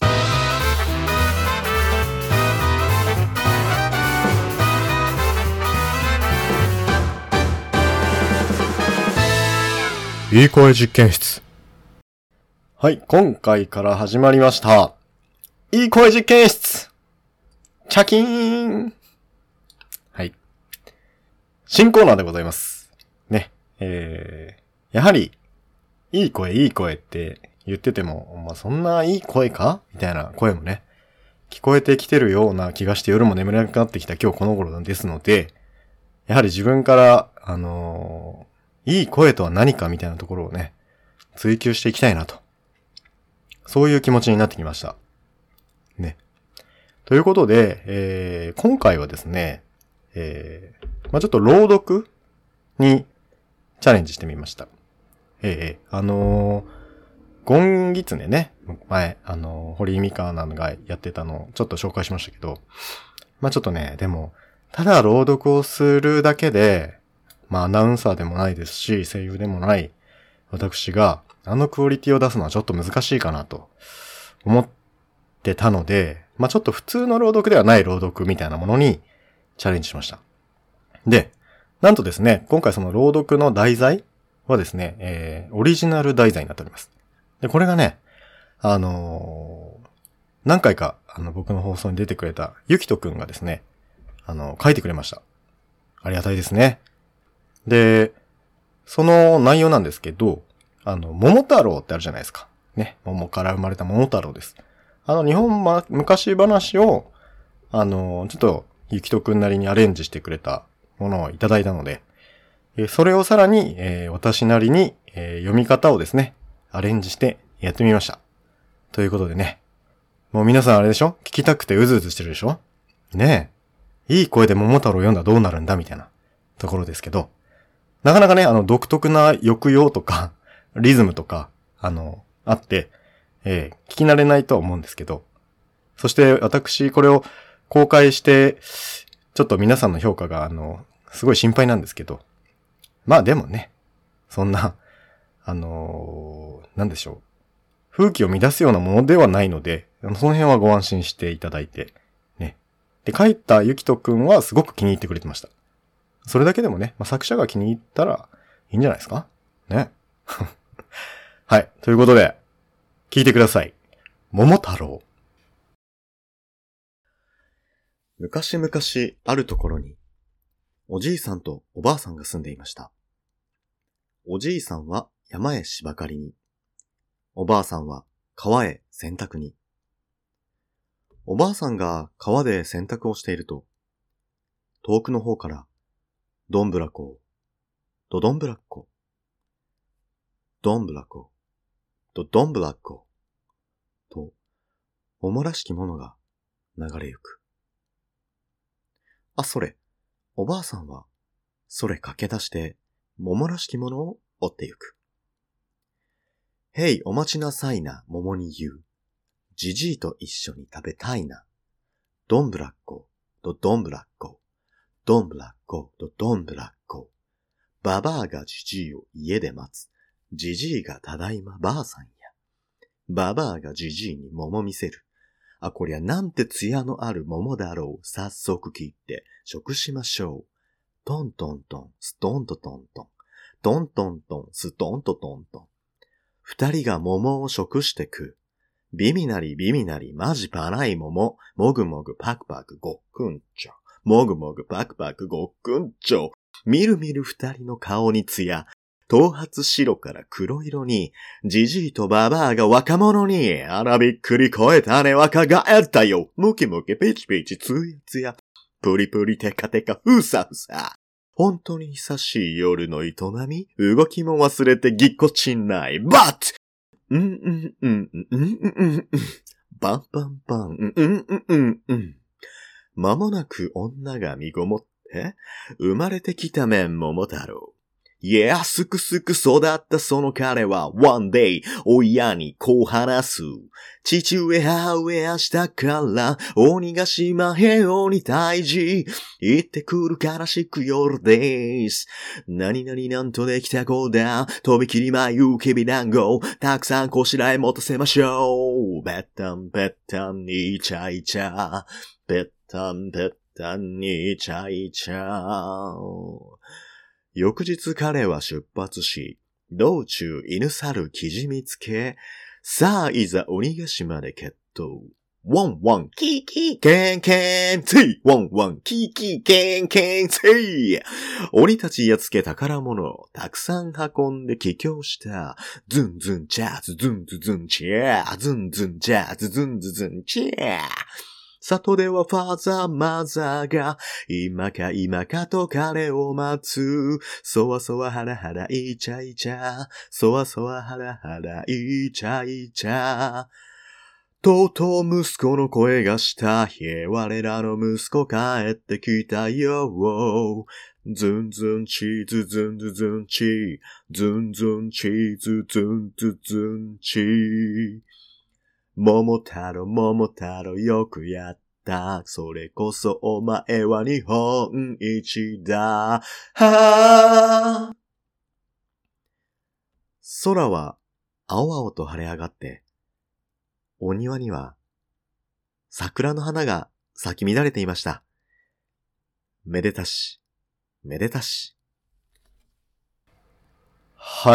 いい声実験室。はい、今回から始まりました。いい声実験室チャキーン。はい。新コーナーでございます。ね。えー、やはり、いい声いい声って言ってても、まあ、そんないい声かみたいな声もね、聞こえてきてるような気がして夜も眠れなくなってきた今日この頃ですので、やはり自分から、あのー、いい声とは何かみたいなところをね、追求していきたいなと。そういう気持ちになってきました。ね。ということで、えー、今回はですね、えー、まあ、ちょっと朗読にチャレンジしてみました。えー、あのー、ゴンギツネね、前、あのー、堀井美香なのがやってたのをちょっと紹介しましたけど、まあ、ちょっとね、でも、ただ朗読をするだけで、まあ、アナウンサーでもないですし、声優でもない私が、あのクオリティを出すのはちょっと難しいかなと思ってたので、まあ、ちょっと普通の朗読ではない朗読みたいなものにチャレンジしました。で、なんとですね、今回その朗読の題材はですね、えー、オリジナル題材になっております。で、これがね、あのー、何回か、あの、僕の放送に出てくれたゆきとくんがですね、あの、書いてくれました。ありがたいですね。で、その内容なんですけど、あの、桃太郎ってあるじゃないですか。ね。桃から生まれた桃太郎です。あの、日本、ま、昔話を、あの、ちょっと、ゆきとくんなりにアレンジしてくれたものをいただいたので、えそれをさらに、えー、私なりに、えー、読み方をですね、アレンジしてやってみました。ということでね。もう皆さんあれでしょ？聞きたくてうずうずしてるでしょ？ねえ。いい声で桃太郎読んだらどうなるんだみたいなところですけど、なかなかね、あの、独特な抑揚とか、リズムとか、あの、あって、えー、聞き慣れないとは思うんですけど、そして私、これを公開して、ちょっと皆さんの評価が、あの、すごい心配なんですけど、まあでもね、そんな、あのー、なんでしょう。風紀を乱すようなものではないので、その辺はご安心していただいて、ね。で、書いたゆきとくんはすごく気に入ってくれてました。それだけでもね、まあ、作者が気に入ったらいいんじゃないですかね。はい。ということで、聞いてください。桃太郎。昔々あるところに、おじいさんとおばあさんが住んでいました。おじいさんは山へ芝刈りに、おばあさんは川へ洗濯に。おばあさんが川で洗濯をしていると、遠くの方から、どんぶらこ、どどんぶらっこ、どんぶらこ、どどんぶらっこ、と、おもらしきものが
流れゆく。あ、それ、おばあさんは、それ駆け出して、桃らしきものを追ってゆく。へい、お待ちなさいな、桃に言う。じじいと一緒に食べたいな。どんぶらっこ、どどんぶらっこ。どんぶらっこ、どどんぶらっこ。ばばあがじじいを家で待つ。じじいがただいまばあさんや。ばばあがじじいに桃見せる。あ、こりゃなんて艶のある桃だろう。早速切って食しましょう。トントントン、ストントトントン。トントントン、ストントトントン。二人が桃を食して食う。ビミナリビミナリマジパライ桃。もぐもぐパクパクごっくんちょ。もぐもぐパクパクごっくんちょ。みるみる二人の顔に艶。頭髪白から黒色に、じじいとばばあが若者に、あらびっくり声たね若返ったよ。ムキムキピチピチつやつや。プリプリテカテカふさふさ。本当に久しい夜の営み、動きも忘れてぎっこちない。バッうんうんうんうんうんうんうん。バンバンバンうんうんうんうんうん。間もなく女が身ごもって、生まれてきた面桃太郎。いや、すくすく育ったその彼は、one day、親にこう話す。父上、母上、明日から、鬼ヶ島へ鬼退治。行ってくる悲しく夜です。何々なんとできた子だ。とびきり舞うきび団子。たくさんこしらえ持たせましょう。べったんべったんにちゃいちゃ。べったんべったんにちゃいちゃ。翌日彼は出発し、道中犬猿きじみつけ、さあいざ鬼ヶ島で決闘。ワンワンキーキーケンケンツィワンワンキーキーケンケンツィ鬼たちやっつけ宝物をたくさん運んで帰郷した。ズンズンチャーズズンズズンチャーズンズンチャーズズンズズンチャー里ではファーザーマザーが今か今かと彼を待つ。そわそわハラハライチャイチャ。そわそわハラハライチャイチャ。とうとう息子の声がした。いえ、我らの息子帰ってきたよ。ズンズンチーズズンズズンチー。ズンズンチーズズンズズンチー。桃太郎桃太郎よくやった。それこそお前は日本一だ。はぁ。空は青々と晴れ上がって、お庭には桜の花が咲き乱れていました。めでたし、めでたし。
はい、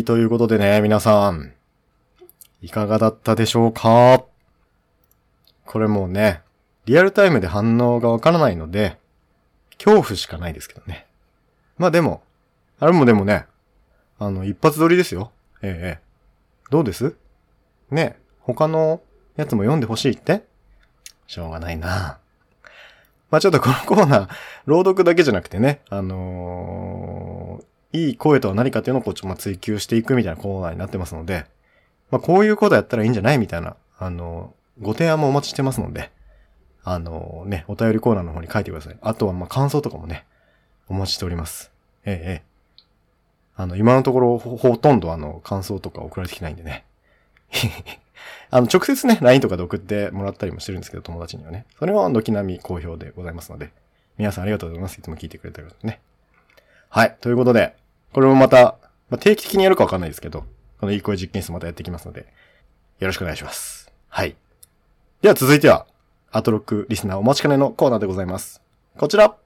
ということでね、皆さん。いかがだったでしょうか？これもうね、リアルタイムで反応がわからないので、恐怖しかないですけどね。まあでも、あれもでもね、あの、一発撮りですよ。ええ。どうですね、他のやつも読んでほしいってしょうがないな。まあちょっとこのコーナー、朗読だけじゃなくてね、あのー、いい声とは何かっていうのをこうちょっと追求していくみたいなコーナーになってますので、まあこういうことやったらいいんじゃないみたいな、あのー、ご提案もお待ちしてますので、あのー、ね、お便りコーナーの方に書いてください。あとはまあ感想とかもね、お待ちしております。ええ、ええ。あの、今のところほ、ほとんどあの、感想とか送られてきてないんでね。あの、直接ね、ライン とかで送ってもらったりもしてるんですけど、友達にはね。それは軒並み好評でございますので、皆さんありがとうございます。いつも聞いてくれてる方ね。はい。ということで、これもまた、まあ、定期的にやるかわかんないですけど、このいい声実験室またやっていきますので、よろしくお願いします。はい。では続いては、アトロックリスナーお待ちかねのコーナーでございます。こちら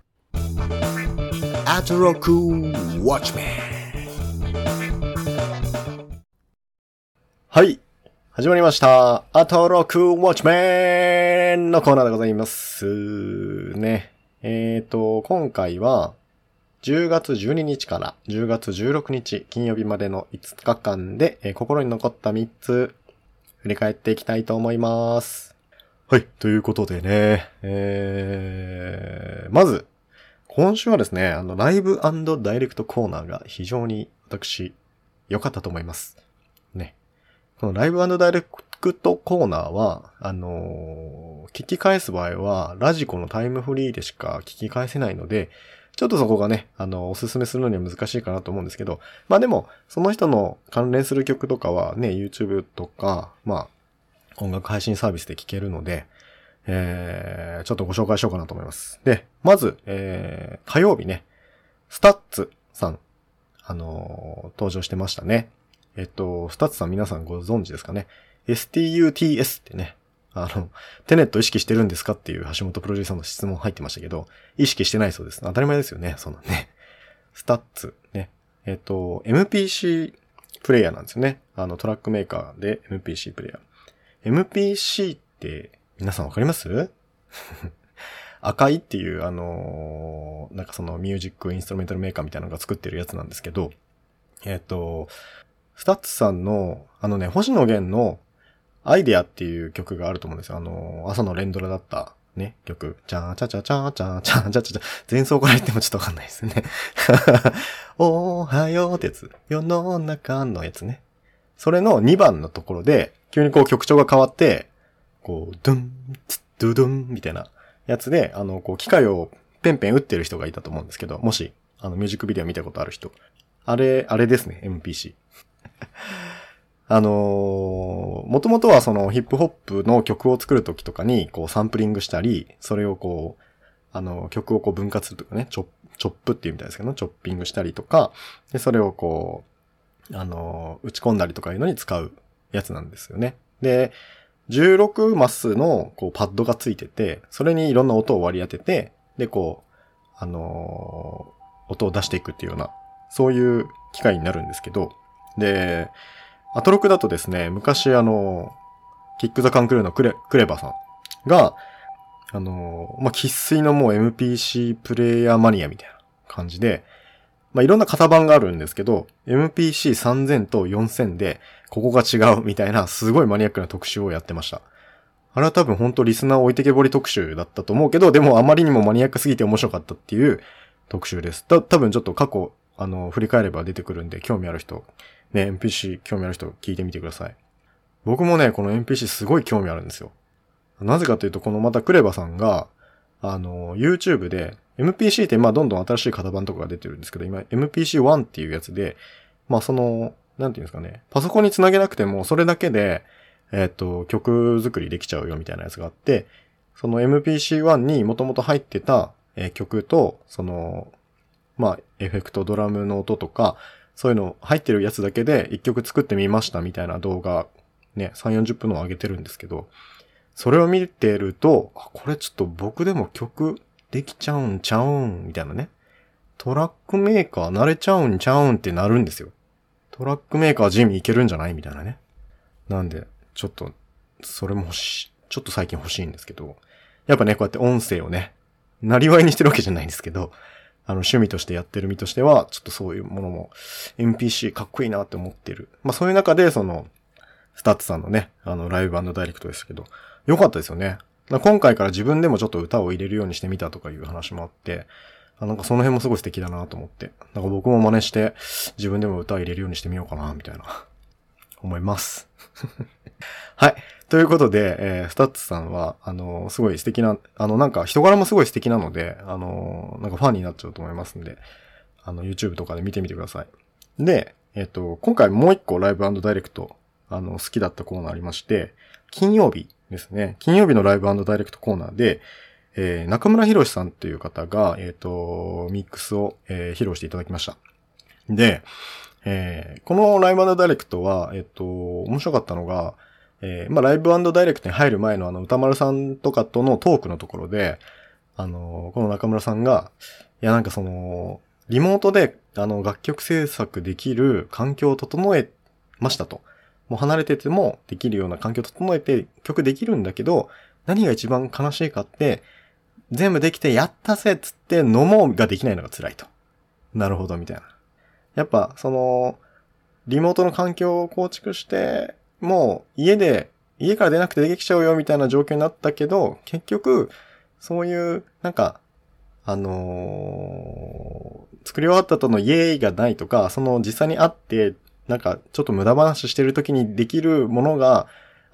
アトロックウォッチメン。
はい。始まりました。アトロックウォッチメンのコーナーでございます。ね。えーと、今回は、じゅうがつじゅうににちからじゅうがつじゅうろくにち金曜日までのいつかかんで、えー、心に残ったみっつ、振り返っていきたいと思います。はい。ということでね、えー、まず、今週はですね、あの、ライブ&ダイレクトコーナーが非常に私、良かったと思います。ね。このライブ&ダイレクくとコーナーは、あのー、聞き返す場合は、ラジコのタイムフリーでしか聞き返せないので、ちょっとそこがね、あの、おすすめするのには難しいかなと思うんですけど、まあでも、その人の関連する曲とかはね、YouTube とか、まあ、音楽配信サービスで聴けるので、えー、ちょっとご紹介しようかなと思います。で、まず、えー、火曜日ね、スタッツさん、あのー、登場してましたね。えっと、スタッツさん皆さんご存知ですかね。エスティーユーティーエス ってね、あの、テネット意識してるんですかっていう橋本プロデューサーの質問入ってましたけど、意識してないそうです。当たり前ですよね、そのね。スタッツね。えっと、エムピーシー プレイヤーなんですよね。あの、トラックメーカーで エムピーシー プレイヤー。エムピーシー って皆さんわかります赤いっていう、あのー、なんかそのミュージックインストルメンタルメーカーみたいなのが作ってるやつなんですけど、えっと、スタッツさんの、あのね、星野源のアイデアっていう曲があると思うんですよ。あの、朝の連ドラだったね、曲。チャーチャチャチャーチャーチャーチャチャチャ。前奏から言ってもちょっとわかんないですね。おはようってやつ。世の中のやつね。それのにばんのところで、急にこう曲調が変わって、こう、ドゥン、ツッドゥドゥンみたいなやつで、あの、こう、機械をペンペン打ってる人がいたと思うんですけど、もし、あの、ミュージックビデオ見たことある人。あれ、あれですね、エムピーシー。あのー、もともとはそのヒップホップの曲を作るときとかにこうサンプリングしたり、それをこう、あの、曲をこう分割するとかね、チョップ、チョップっていうみたいですけど、チョッピングしたりとか、で、それをこう、あのー、打ち込んだりとかいうのに使うやつなんですよね。で、じゅうろくマスのこうパッドがついてて、それにいろんな音を割り当てて、で、こう、あのー、音を出していくっていうような、そういう機械になるんですけど、で、アトロクだとですね、昔あの、キックザカンクルーのクレ、クレバさんが、あの、まあ、喫水のもう エムピーシー プレイヤーマニアみたいな感じで、まあ、いろんな型番があるんですけど、エムピーシーさんぜん とよんせんで、ここが違うみたいな、すごいマニアックな特集をやってました。あれは多分本当リスナー置いてけぼり特集だったと思うけど、でもあまりにもマニアックすぎて面白かったっていう特集です。た、多分ちょっと過去、あの、振り返れば出てくるんで、興味ある人、ね、エムピーシー 興味ある人聞いてみてください。僕もね、この エムピーシー すごい興味あるんですよ。なぜかというと、このまたクレバさんが、あの、YouTube で、エムピーシー ってまあどんどん新しい型番とかが出てるんですけど、今 エムピーシーワン っていうやつで、まあその、なんていうんですかね、パソコンにつなげなくても、それだけで、えっと、曲作りできちゃうよみたいなやつがあって、その エムピーシーワン にもともと入ってた、えー、曲と、その、まあ、エフェクト、ドラムの音とか、そういうの入ってるやつだけで一曲作ってみましたみたいな動画、ね、さんじゅう、よんじゅっぷんのを上げてるんですけど、それを見てると、あ、これちょっと僕でも曲できちゃうんちゃうんみたいなね。トラックメーカー慣れちゃうんちゃうんってなるんですよ。トラックメーカージミーいけるんじゃないみたいなね。なんで、ちょっと、それも欲しい、ちょっと最近欲しいんですけど、やっぱね、こうやって音声をね、なりわいにしてるわけじゃないんですけど、あの、趣味としてやってる身としては、ちょっとそういうものも、エムピーシー かっこいいなって思ってる。まあそういう中で、その、スタッツさんのね、あの、ライブ&ダイレクトですけど、良かったですよね。今回から自分でもちょっと歌を入れるようにしてみたとかいう話もあって、あ、なんかその辺もすごい素敵だなと思って、なんか僕も真似して、自分でも歌を入れるようにしてみようかな、みたいな、思います。はい。ということで、えー、スタッツさんは、あのー、すごい素敵な、あの、なんか人柄もすごい素敵なので、あのー、なんかファンになっちゃうと思いますんで、あの、YouTube とかで見てみてください。で、えっと、今回もう一個ライブ&ダイレクト、あの、好きだったコーナーありまして、金曜日ですね。金曜日のライブ&ダイレクトコーナーで、えー、中村博さんっていう方が、えっと、ミックスを、えー、披露していただきました。で、えー、このライブ&ダイレクトは、えっと、面白かったのが、えー、まあ、ライブ&ダイレクトに入る前のあの、歌丸さんとかとのトークのところで、あの、この中村さんが、いや、なんかその、リモートで、あの、楽曲制作できる環境を整えましたと。もう離れててもできるような環境を整えて曲できるんだけど、何が一番悲しいかって、全部できてやったぜっつって飲もうができないのが辛いと。なるほど、みたいな。やっぱ、その、リモートの環境を構築して、もう家で、家から出なくてできちゃうよみたいな状況になったけど、結局、そういう、なんか、あのー、作り終わった後のイエーイがないとか、その実際に会って、なんかちょっと無駄話してる時にできるものが、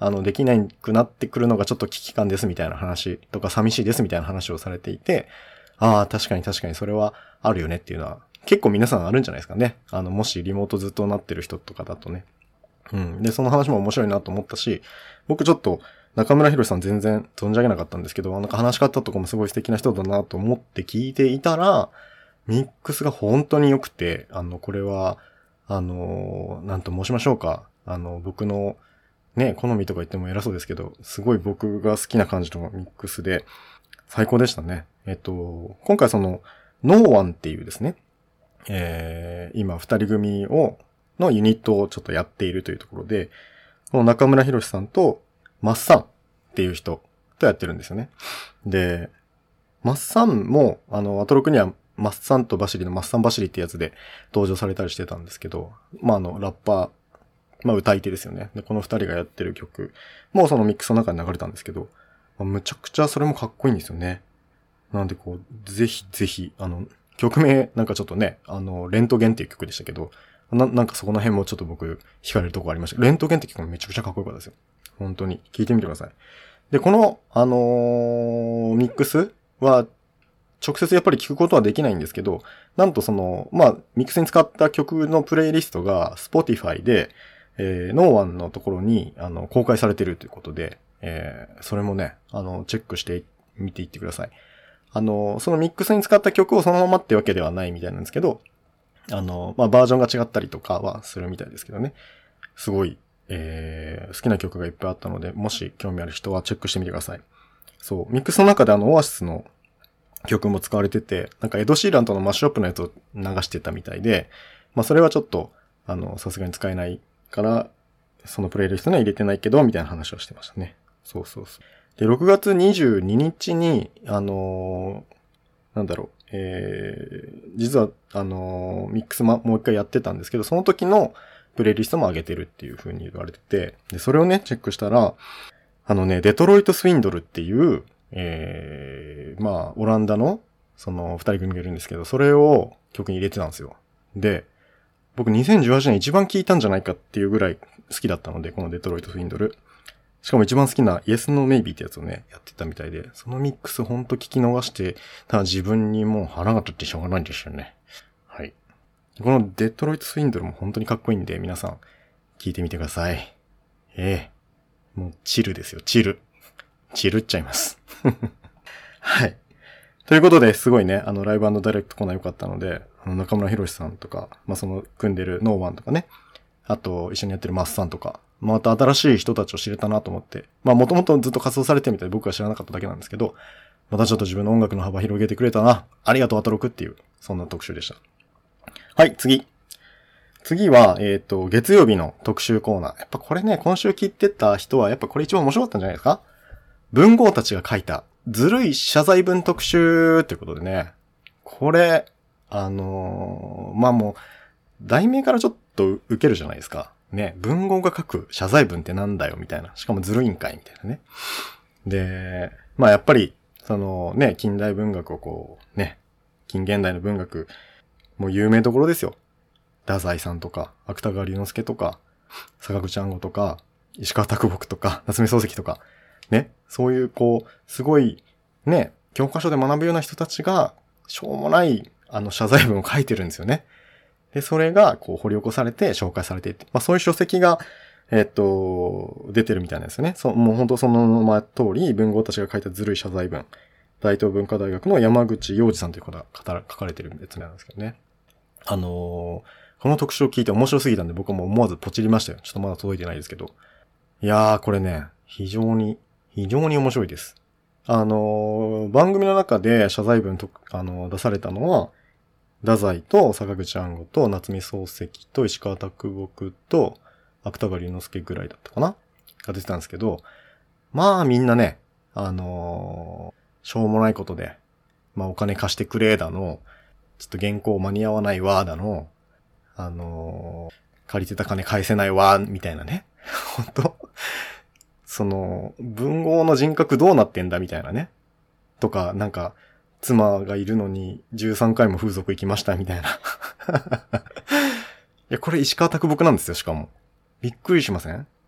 あの、できなくなってくるのがちょっと危機感ですみたいな話とか、寂しいですみたいな話をされていて、ああ、確かに確かにそれはあるよねっていうのは、結構皆さんあるんじゃないですかね。あの、もしリモートずっとなってる人とかだとね。うん。で、その話も面白いなと思ったし、僕ちょっと中村博さん全然存じ上げなかったんですけど、なんか話し方とかもすごい素敵な人だなと思って聞いていたら、ミックスが本当に良くて、あの、これは、あの、なんと申しましょうか。あの、僕の、ね、好みとか言っても偉そうですけど、すごい僕が好きな感じのミックスで、最高でしたね。えっと、今回その、ノーワンっていうですね、えー、今二人組を、のユニットをちょっとやっているというところで、この中村博さんと、マッサンっていう人とやってるんですよね。で、マッサンも、あの、アトロクには、マッサンとバシリのマッサンバシリってやつで登場されたりしてたんですけど、まあ、あの、ラッパー、まあ、歌い手ですよね。で、この二人がやってる曲もそのミックスの中に流れたんですけど、まあ、むちゃくちゃそれもかっこいいんですよね。なんでこう、ぜひぜひ、あの、曲名なんかちょっとね、あの、レントゲンっていう曲でしたけど、な、なんかそこの辺もちょっと僕、惹かれるとこありました。レントゲンって曲もめちゃくちゃかっこよかったですよ。本当に。聞いてみてください。で、この、あのー、ミックスは、直接やっぱり聞くことはできないんですけど、なんとその、まあ、ミックスに使った曲のプレイリストが Spotify で、えー、ノーワンのところに、あの、公開されているということで、えー、それもね、あの、チェックしてみていってください。あの、そのミックスに使った曲をそのままってわけではないみたいなんですけど、あの、まあ、バージョンが違ったりとかはするみたいですけどね。すごい、えー、好きな曲がいっぱいあったので、もし興味ある人はチェックしてみてください。そう、ミックスの中であの、オアシスの曲も使われてて、なんかエド・シーランとのマッシュアップのやつを流してたみたいで、まあそれはちょっと、あの、さすがに使えないから、そのプレイリストには入れてないけど、みたいな話をしてましたね。そうそうそう。で、ろくがつにじゅうににちに、あのー、なんだろう、えー、実は、あのー、ミックスもう一回やってたんですけど、その時のプレイリストも上げてるっていう風に言われてて、で、それをね、チェックしたら、あのね、デトロイト・スウィンドルっていう、えー、まあ、オランダの、その、二人組がいるんですけど、それを曲に入れてたんですよ。で、僕にせんじゅうはちねん一番聴いたんじゃないかっていうぐらい好きだったので、このデトロイト・スウィンドル。しかも一番好きな Yes No Maybe ってやつをね、やってたみたいで、そのミックスほんと聞き逃して、ただ自分にもう腹が立ってしょうがないんですよね。はい。このデトロイト・スウィンドルも本当にかっこいいんで、皆さん、聴いてみてください。ええ。もうチルですよ、チル。チルっちゃいます。はい。ということで、すごいね、あの、ライブ&ダイレクトコーナー良かったので、あの、中村博さんとか、まあ、その、組んでるノーワンとかね、あと、一緒にやってるマッサンとか、また新しい人たちを知れたなと思って、まあ、もともとずっと活動されてみたいで僕は知らなかっただけなんですけど、またちょっと自分の音楽の幅広げてくれたな。ありがとう、アトロクっていう、そんな特集でした。はい、次。次は、えっと、月曜日の特集コーナー。やっぱこれね、今週聞いてた人は、やっぱこれ一番面白かったんじゃないですか？文豪たちが書いた、ずるい謝罪文特集ということでね。これ、あのー、まあ、もう、題名からちょっと受けるじゃないですか。ね、文豪が書く謝罪文ってなんだよ、みたいな。しかもずるいんかい、みたいなね。で、まあ、やっぱり、そのね、近代文学をこう、ね、近現代の文学、もう有名どころですよ。太宰さんとか、芥川龍之介とか、坂口安吾とか、石川啄木とか、夏目漱石とか、ね、そういうこう、すごい、ね、教科書で学ぶような人たちが、しょうもない、あの、謝罪文を書いてるんですよね。で、それが、こう、掘り起こされて、紹介されていって、まあ、そういう書籍が、えっと、出てるみたいなんですよね。そう、もう本当そのまま通り、文豪たちが書いたずるい謝罪文。大東文化大学の山口洋二さんという方が書かれてるやつなんですけどね。あのー、この特集を聞いて面白すぎたんで僕はもう思わずポチりましたよ。ちょっとまだ届いてないですけど。いやー、これね、非常に、非常に面白いです。あのー、番組の中で謝罪文と、あのー、出されたのは、太宰と坂口安吾と夏目漱石と石川啄木と芥川龍之介ぐらいだったかなが出てたんですけど、まあみんなね、あのー、しょうもないことで、まあお金貸してくれだの、ちょっと原稿間に合わないわだの、あのー、借りてた金返せないわ、みたいなね。本当その、文豪の人格どうなってんだみたいなね。とか、なんか、妻がいるのにじゅうさんかいも風俗行きましたみたいな。いや、これ石川啄木なんですよ、しかも。びっくりしません？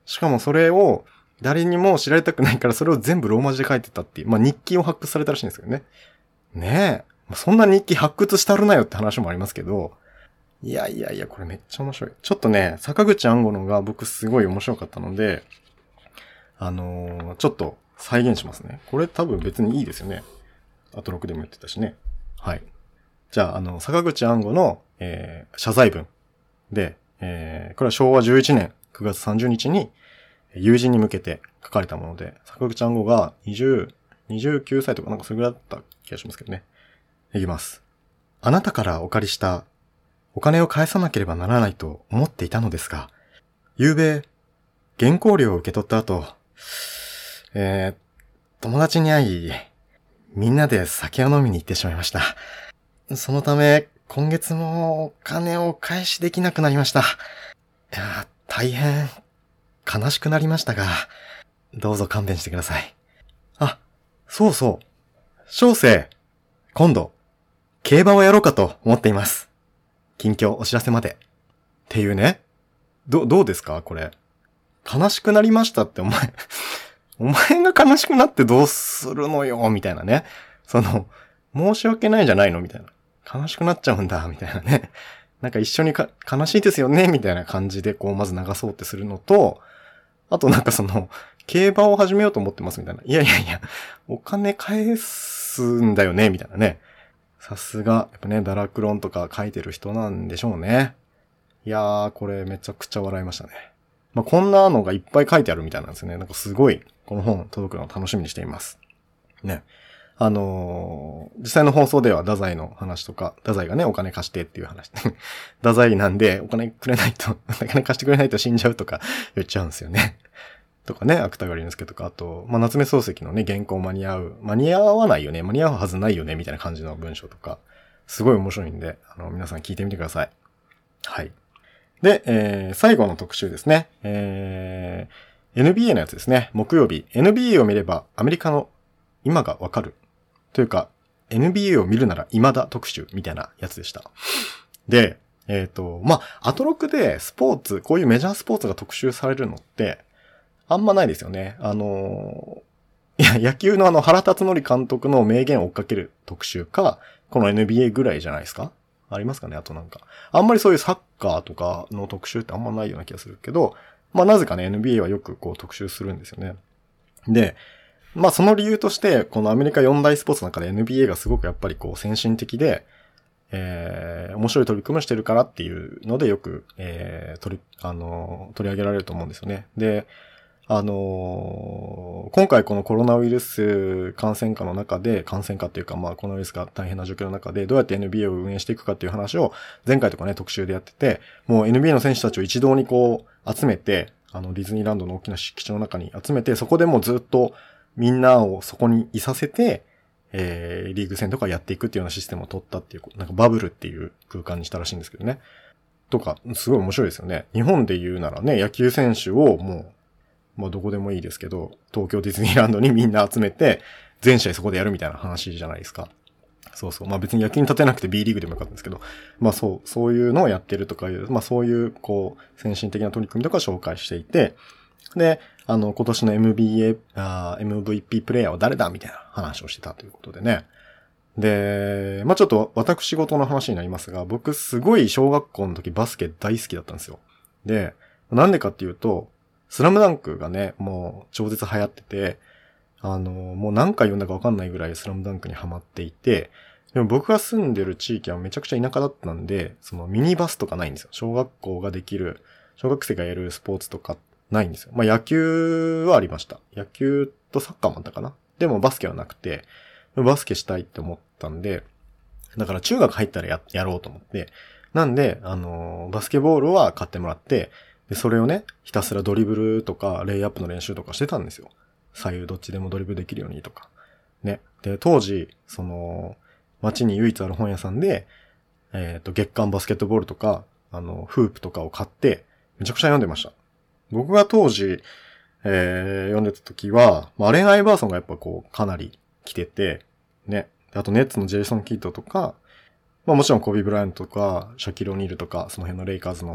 しかもそれを誰にも知られたくないからそれを全部ローマ字で書いてたっていう、まあ日記を発掘されたらしいんですよね。ねえ。そんな日記発掘したるなよって話もありますけど、いやいやいや、これめっちゃ面白い。ちょっとね、坂口安吾のが僕すごい面白かったので、あのー、ちょっと再現しますね。これ多分別にいいですよね。アトロクでも言ってたしね。はい。じゃあ、あの、坂口安吾の、えー、謝罪文で、えー、これはしょうわじゅういちねんくがつさんじゅうにちに友人に向けて書かれたもので、坂口安吾がにじゅう、にじゅうきゅうさいとかなんかそれぐらいだった気がしますけどね。いきます。あなたからお借りしたお金を返さなければならないと思っていたのですが、昨べ、原稿料を受け取った後、えー、友達に会い、みんなで酒を飲みに行ってしまいました。そのため、今月もお金を返しできなくなりました。いや、大変悲しくなりましたが、どうぞ勘弁してください。あ、そうそう。小生、今度、競馬をやろうかと思っています。近況お知らせまで。っていうね。ど、どうですかこれ。悲しくなりましたってお前、お前が悲しくなってどうするのよみたいなね。その、申し訳ないじゃないのみたいな。悲しくなっちゃうんだみたいなね。なんか一緒にか悲しいですよねみたいな感じでこうまず流そうってするのと、あとなんかその、競馬を始めようと思ってますみたいな。いやいやいや、お金返すんだよねみたいなね。さすが、やっぱね、ダラクロンとか書いてる人なんでしょうね。いやー、これめちゃくちゃ笑いましたね。まあ、こんなのがいっぱい書いてあるみたいなんですよね。なんかすごい、この本届くのを楽しみにしています。ね。あのー、実際の放送では太宰の話とか、太宰がね、お金貸してっていう話。太宰なんで、お金くれないと、お金貸してくれないと死んじゃうとか言っちゃうんですよね。とかね、芥川龍之介とか、あと、まあ、夏目漱石のね、原稿間に合う、間に合わないよね、間に合うはずないよね、みたいな感じの文章とか、すごい面白いんで、あの、皆さん聞いてみてください。はい。で、えー、最後の特集ですね。えー、エヌビーエー のやつですね。木曜日。エヌビーエー を見れば、アメリカの今がわかる。というか、エヌビーエー を見るなら今だ特集みたいなやつでした。で、えっと、まあ、アトロクでスポーツ、こういうメジャースポーツが特集されるのって、あんまないですよね。あのー、いや、野球のあの、原辰徳監督の名言を追っかける特集か、この エヌビーエー ぐらいじゃないですか？ありますかね？あとなんか。あんまりそういうサッカーとかの特集ってあんまないような気がするけど、まあなぜかね、エヌビーエー はよくこう特集するんですよね。で、まあその理由として、このアメリカ四大スポーツの中で エヌビーエー がすごくやっぱりこう先進的で、えー、面白い取り組みをしてるからっていうのでよく、えー、取り、あの、取り上げられると思うんですよね。で、あのー、今回このコロナウイルス感染下の中で、感染下っていうかまあコロナウイルスが大変な状況の中でどうやって エヌビーエー を運営していくかっていう話を前回とかね特集でやってて、もう エヌビーエー の選手たちを一堂にこう集めて、あのディズニーランドの大きな敷地の中に集めて、そこでもうずっとみんなをそこにいさせて、えー、リーグ戦とかやっていくっていうようなシステムを取ったっていう、なんかバブルっていう空間にしたらしいんですけどね。とか、すごい面白いですよね。日本で言うならね、野球選手をもう、まあどこでもいいですけど、東京ディズニーランドにみんな集めて、全試合そこでやるみたいな話じゃないですか。そうそう。まあ別に野球に立てなくて B リーグでもよかったんですけど、まあそう、そういうのをやってるとかいう、まあそういう、こう、先進的な取り組みとか紹介していて、で、あの、今年の エムビーエー、あー エムブイピー プレイヤーは誰だみたいな話をしてたということでね。で、まあちょっと私事の話になりますが、僕すごい小学校の時バスケ大好きだったんですよ。で、なんでかっていうと、スラムダンクがね、もう超絶流行ってて、あの、もう何回読んだかわかんないぐらいスラムダンクにハマっていて、でも僕が住んでる地域はめちゃくちゃ田舎だったんで、そのミニバスとかないんですよ。小学校ができる、小学生がやるスポーツとかないんですよ。まあ野球はありました。野球とサッカーもあったかな。でもバスケはなくて、バスケしたいって思ったんで、だから中学入ったら や, やろうと思って、なんで、あの、バスケボールは買ってもらって、で、それをね、ひたすらドリブルとか、レイアップの練習とかしてたんですよ。左右どっちでもドリブルできるようにとか。ね。で、当時、その、街に唯一ある本屋さんで、えっと、月刊バスケットボールとか、あの、フープとかを買って、めちゃくちゃ読んでました。僕が当時、えー、読んでた時は、まあ、アレン・アイバーソンがやっぱこう、かなり来てて、ね。あと、ネッツのジェイソン・キートとか、まあもちろんコビー・ブライアントとか、シャキロ・ニールとか、その辺のレイカーズの、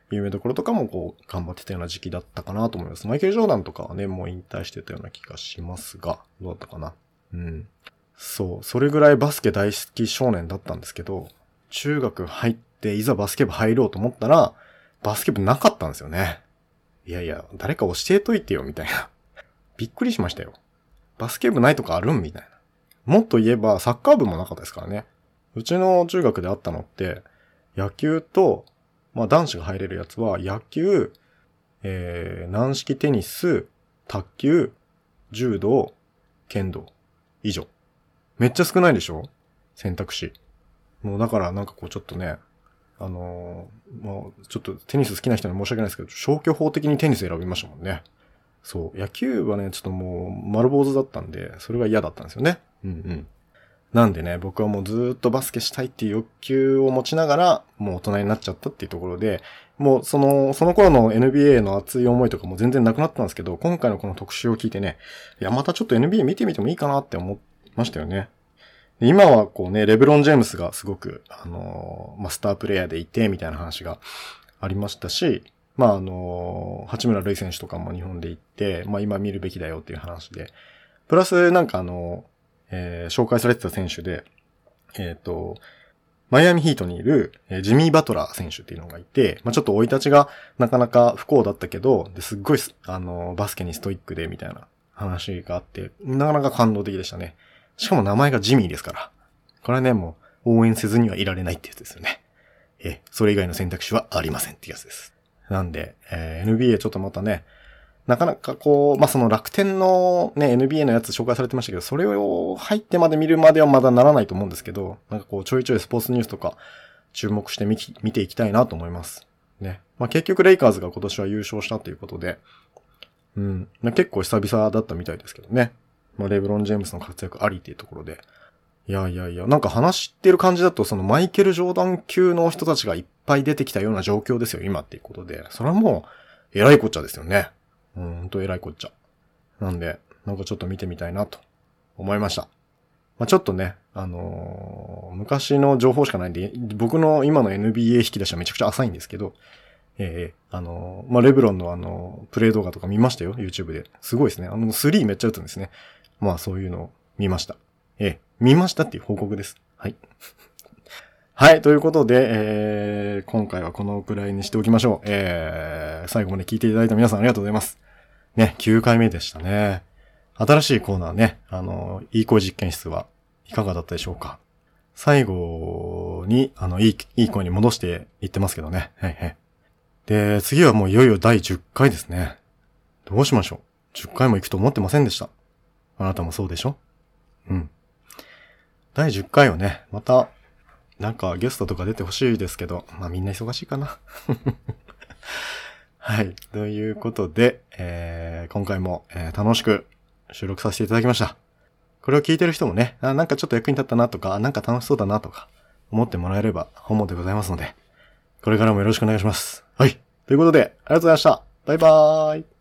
有名どころとかもこう、頑張ってたような時期だったかなと思います。マイケル・ジョーダンとかはね、もう引退してたような気がしますが、どうだったかな。うん。そう、それぐらいバスケ大好き少年だったんですけど、中学入っていざバスケ部入ろうと思ったら、バスケ部なかったんですよね。いやいや、誰か教えといてよ、みたいな。びっくりしましたよ。バスケ部ないとかあるんみたいな。もっと言えばサッカー部もなかったですからね。うちの中学であったのって、野球と、まあ男子が入れるやつは野球、えー、軟式テニス、卓球、柔道、剣道、以上。めっちゃ少ないでしょ？選択肢。もうだからなんかこうちょっとね、あのー、まあちょっとテニス好きな人に申し訳ないですけど、消去法的にテニス選びましたもんね。そう。野球はね、ちょっともう丸坊主だったんで、それが嫌だったんですよね。うんうん。なんでね、僕はもうずーっとバスケしたいっていう欲求を持ちながら、もう大人になっちゃったっていうところで、もうその、その頃の エヌビーエー の熱い思いとかも全然なくなったんですけど、今回のこの特集を聞いてね、いや、またちょっと エヌビーエー 見てみてもいいかなって思いましたよね。で今はこうね、レブロン・ジェームスがすごく、あのー、まあ、スタープレイヤーでいて、みたいな話がありましたし、まあ、あのー、八村塁選手とかも日本で行って、まあ、今見るべきだよっていう話で、プラスなんかあのー、えー、紹介されてた選手で、えっと、マイアミヒートにいる、えー、ジミー・バトラー選手っていうのがいて、まあ、ちょっと生い立ちがなかなか不幸だったけど、ですっごい、あのー、バスケにストイックでみたいな話があって、なかなか感動的でしたね。しかも名前がジミーですから。これはね、もう応援せずにはいられないってやつですよね。え、それ以外の選択肢はありませんってやつです。なんで、えー、エヌビーエー ちょっとまたね、なかなかこう、まあ、その楽天のね、エヌビーエー のやつ紹介されてましたけど、それを入ってまで見るまではまだならないと思うんですけど、なんかこう、ちょいちょいスポーツニュースとか注目してみ、見ていきたいなと思います。ね。まあ、結局レイカーズが今年は優勝したということで、うん、まあ、結構久々だったみたいですけどね。まあ、レブロン・ジェームスの活躍ありっていうところで。いやいやいや、なんか話してる感じだと、そのマイケル・ジョーダン級の人たちがいっぱい出てきたような状況ですよ、今っていうことで。それはもう、偉いこっちゃですよね。うん、ほんと偉いこっちゃ。なんで、なんかちょっと見てみたいなと思いました。まあ、ちょっとね、あのー、昔の情報しかないんで、僕の今の エヌビーエー 引き出しはめちゃくちゃ浅いんですけど、ええー、あのー、まあ、レブロンのあの、プレイ動画とか見ましたよ、YouTube で。すごいですね。あの、スリーめっちゃ打つんですね。まあ、そういうのを見ました。ええ、見ましたっていう報告です。はい。はい、ということで、えー、今回はこのくらいにしておきましょう。えー、最後まで聞いていただいた皆さんありがとうございます。ね、きゅうかいめでしたね。新しいコーナーね、あの、いい声実験室はいかがだったでしょうか。最後に、あの、いい、いい声に戻していってますけどね。はいはい。で、次はもういよいよだいじゅっかいですね。どうしましょう。じゅっかいも行くと思ってませんでした。あなたもそうでしょ？うん。だいじゅっかいをね、また、なんかゲストとか出てほしいですけど、まあみんな忙しいかな。はい。ということで、えー、今回も、えー、楽しく収録させていただきました。これを聞いてる人もね、あ、なんかちょっと役に立ったなとか、なんか楽しそうだなとか、思ってもらえれば本望でございますので、これからもよろしくお願いします。はい。ということで、ありがとうございました。バイバーイ。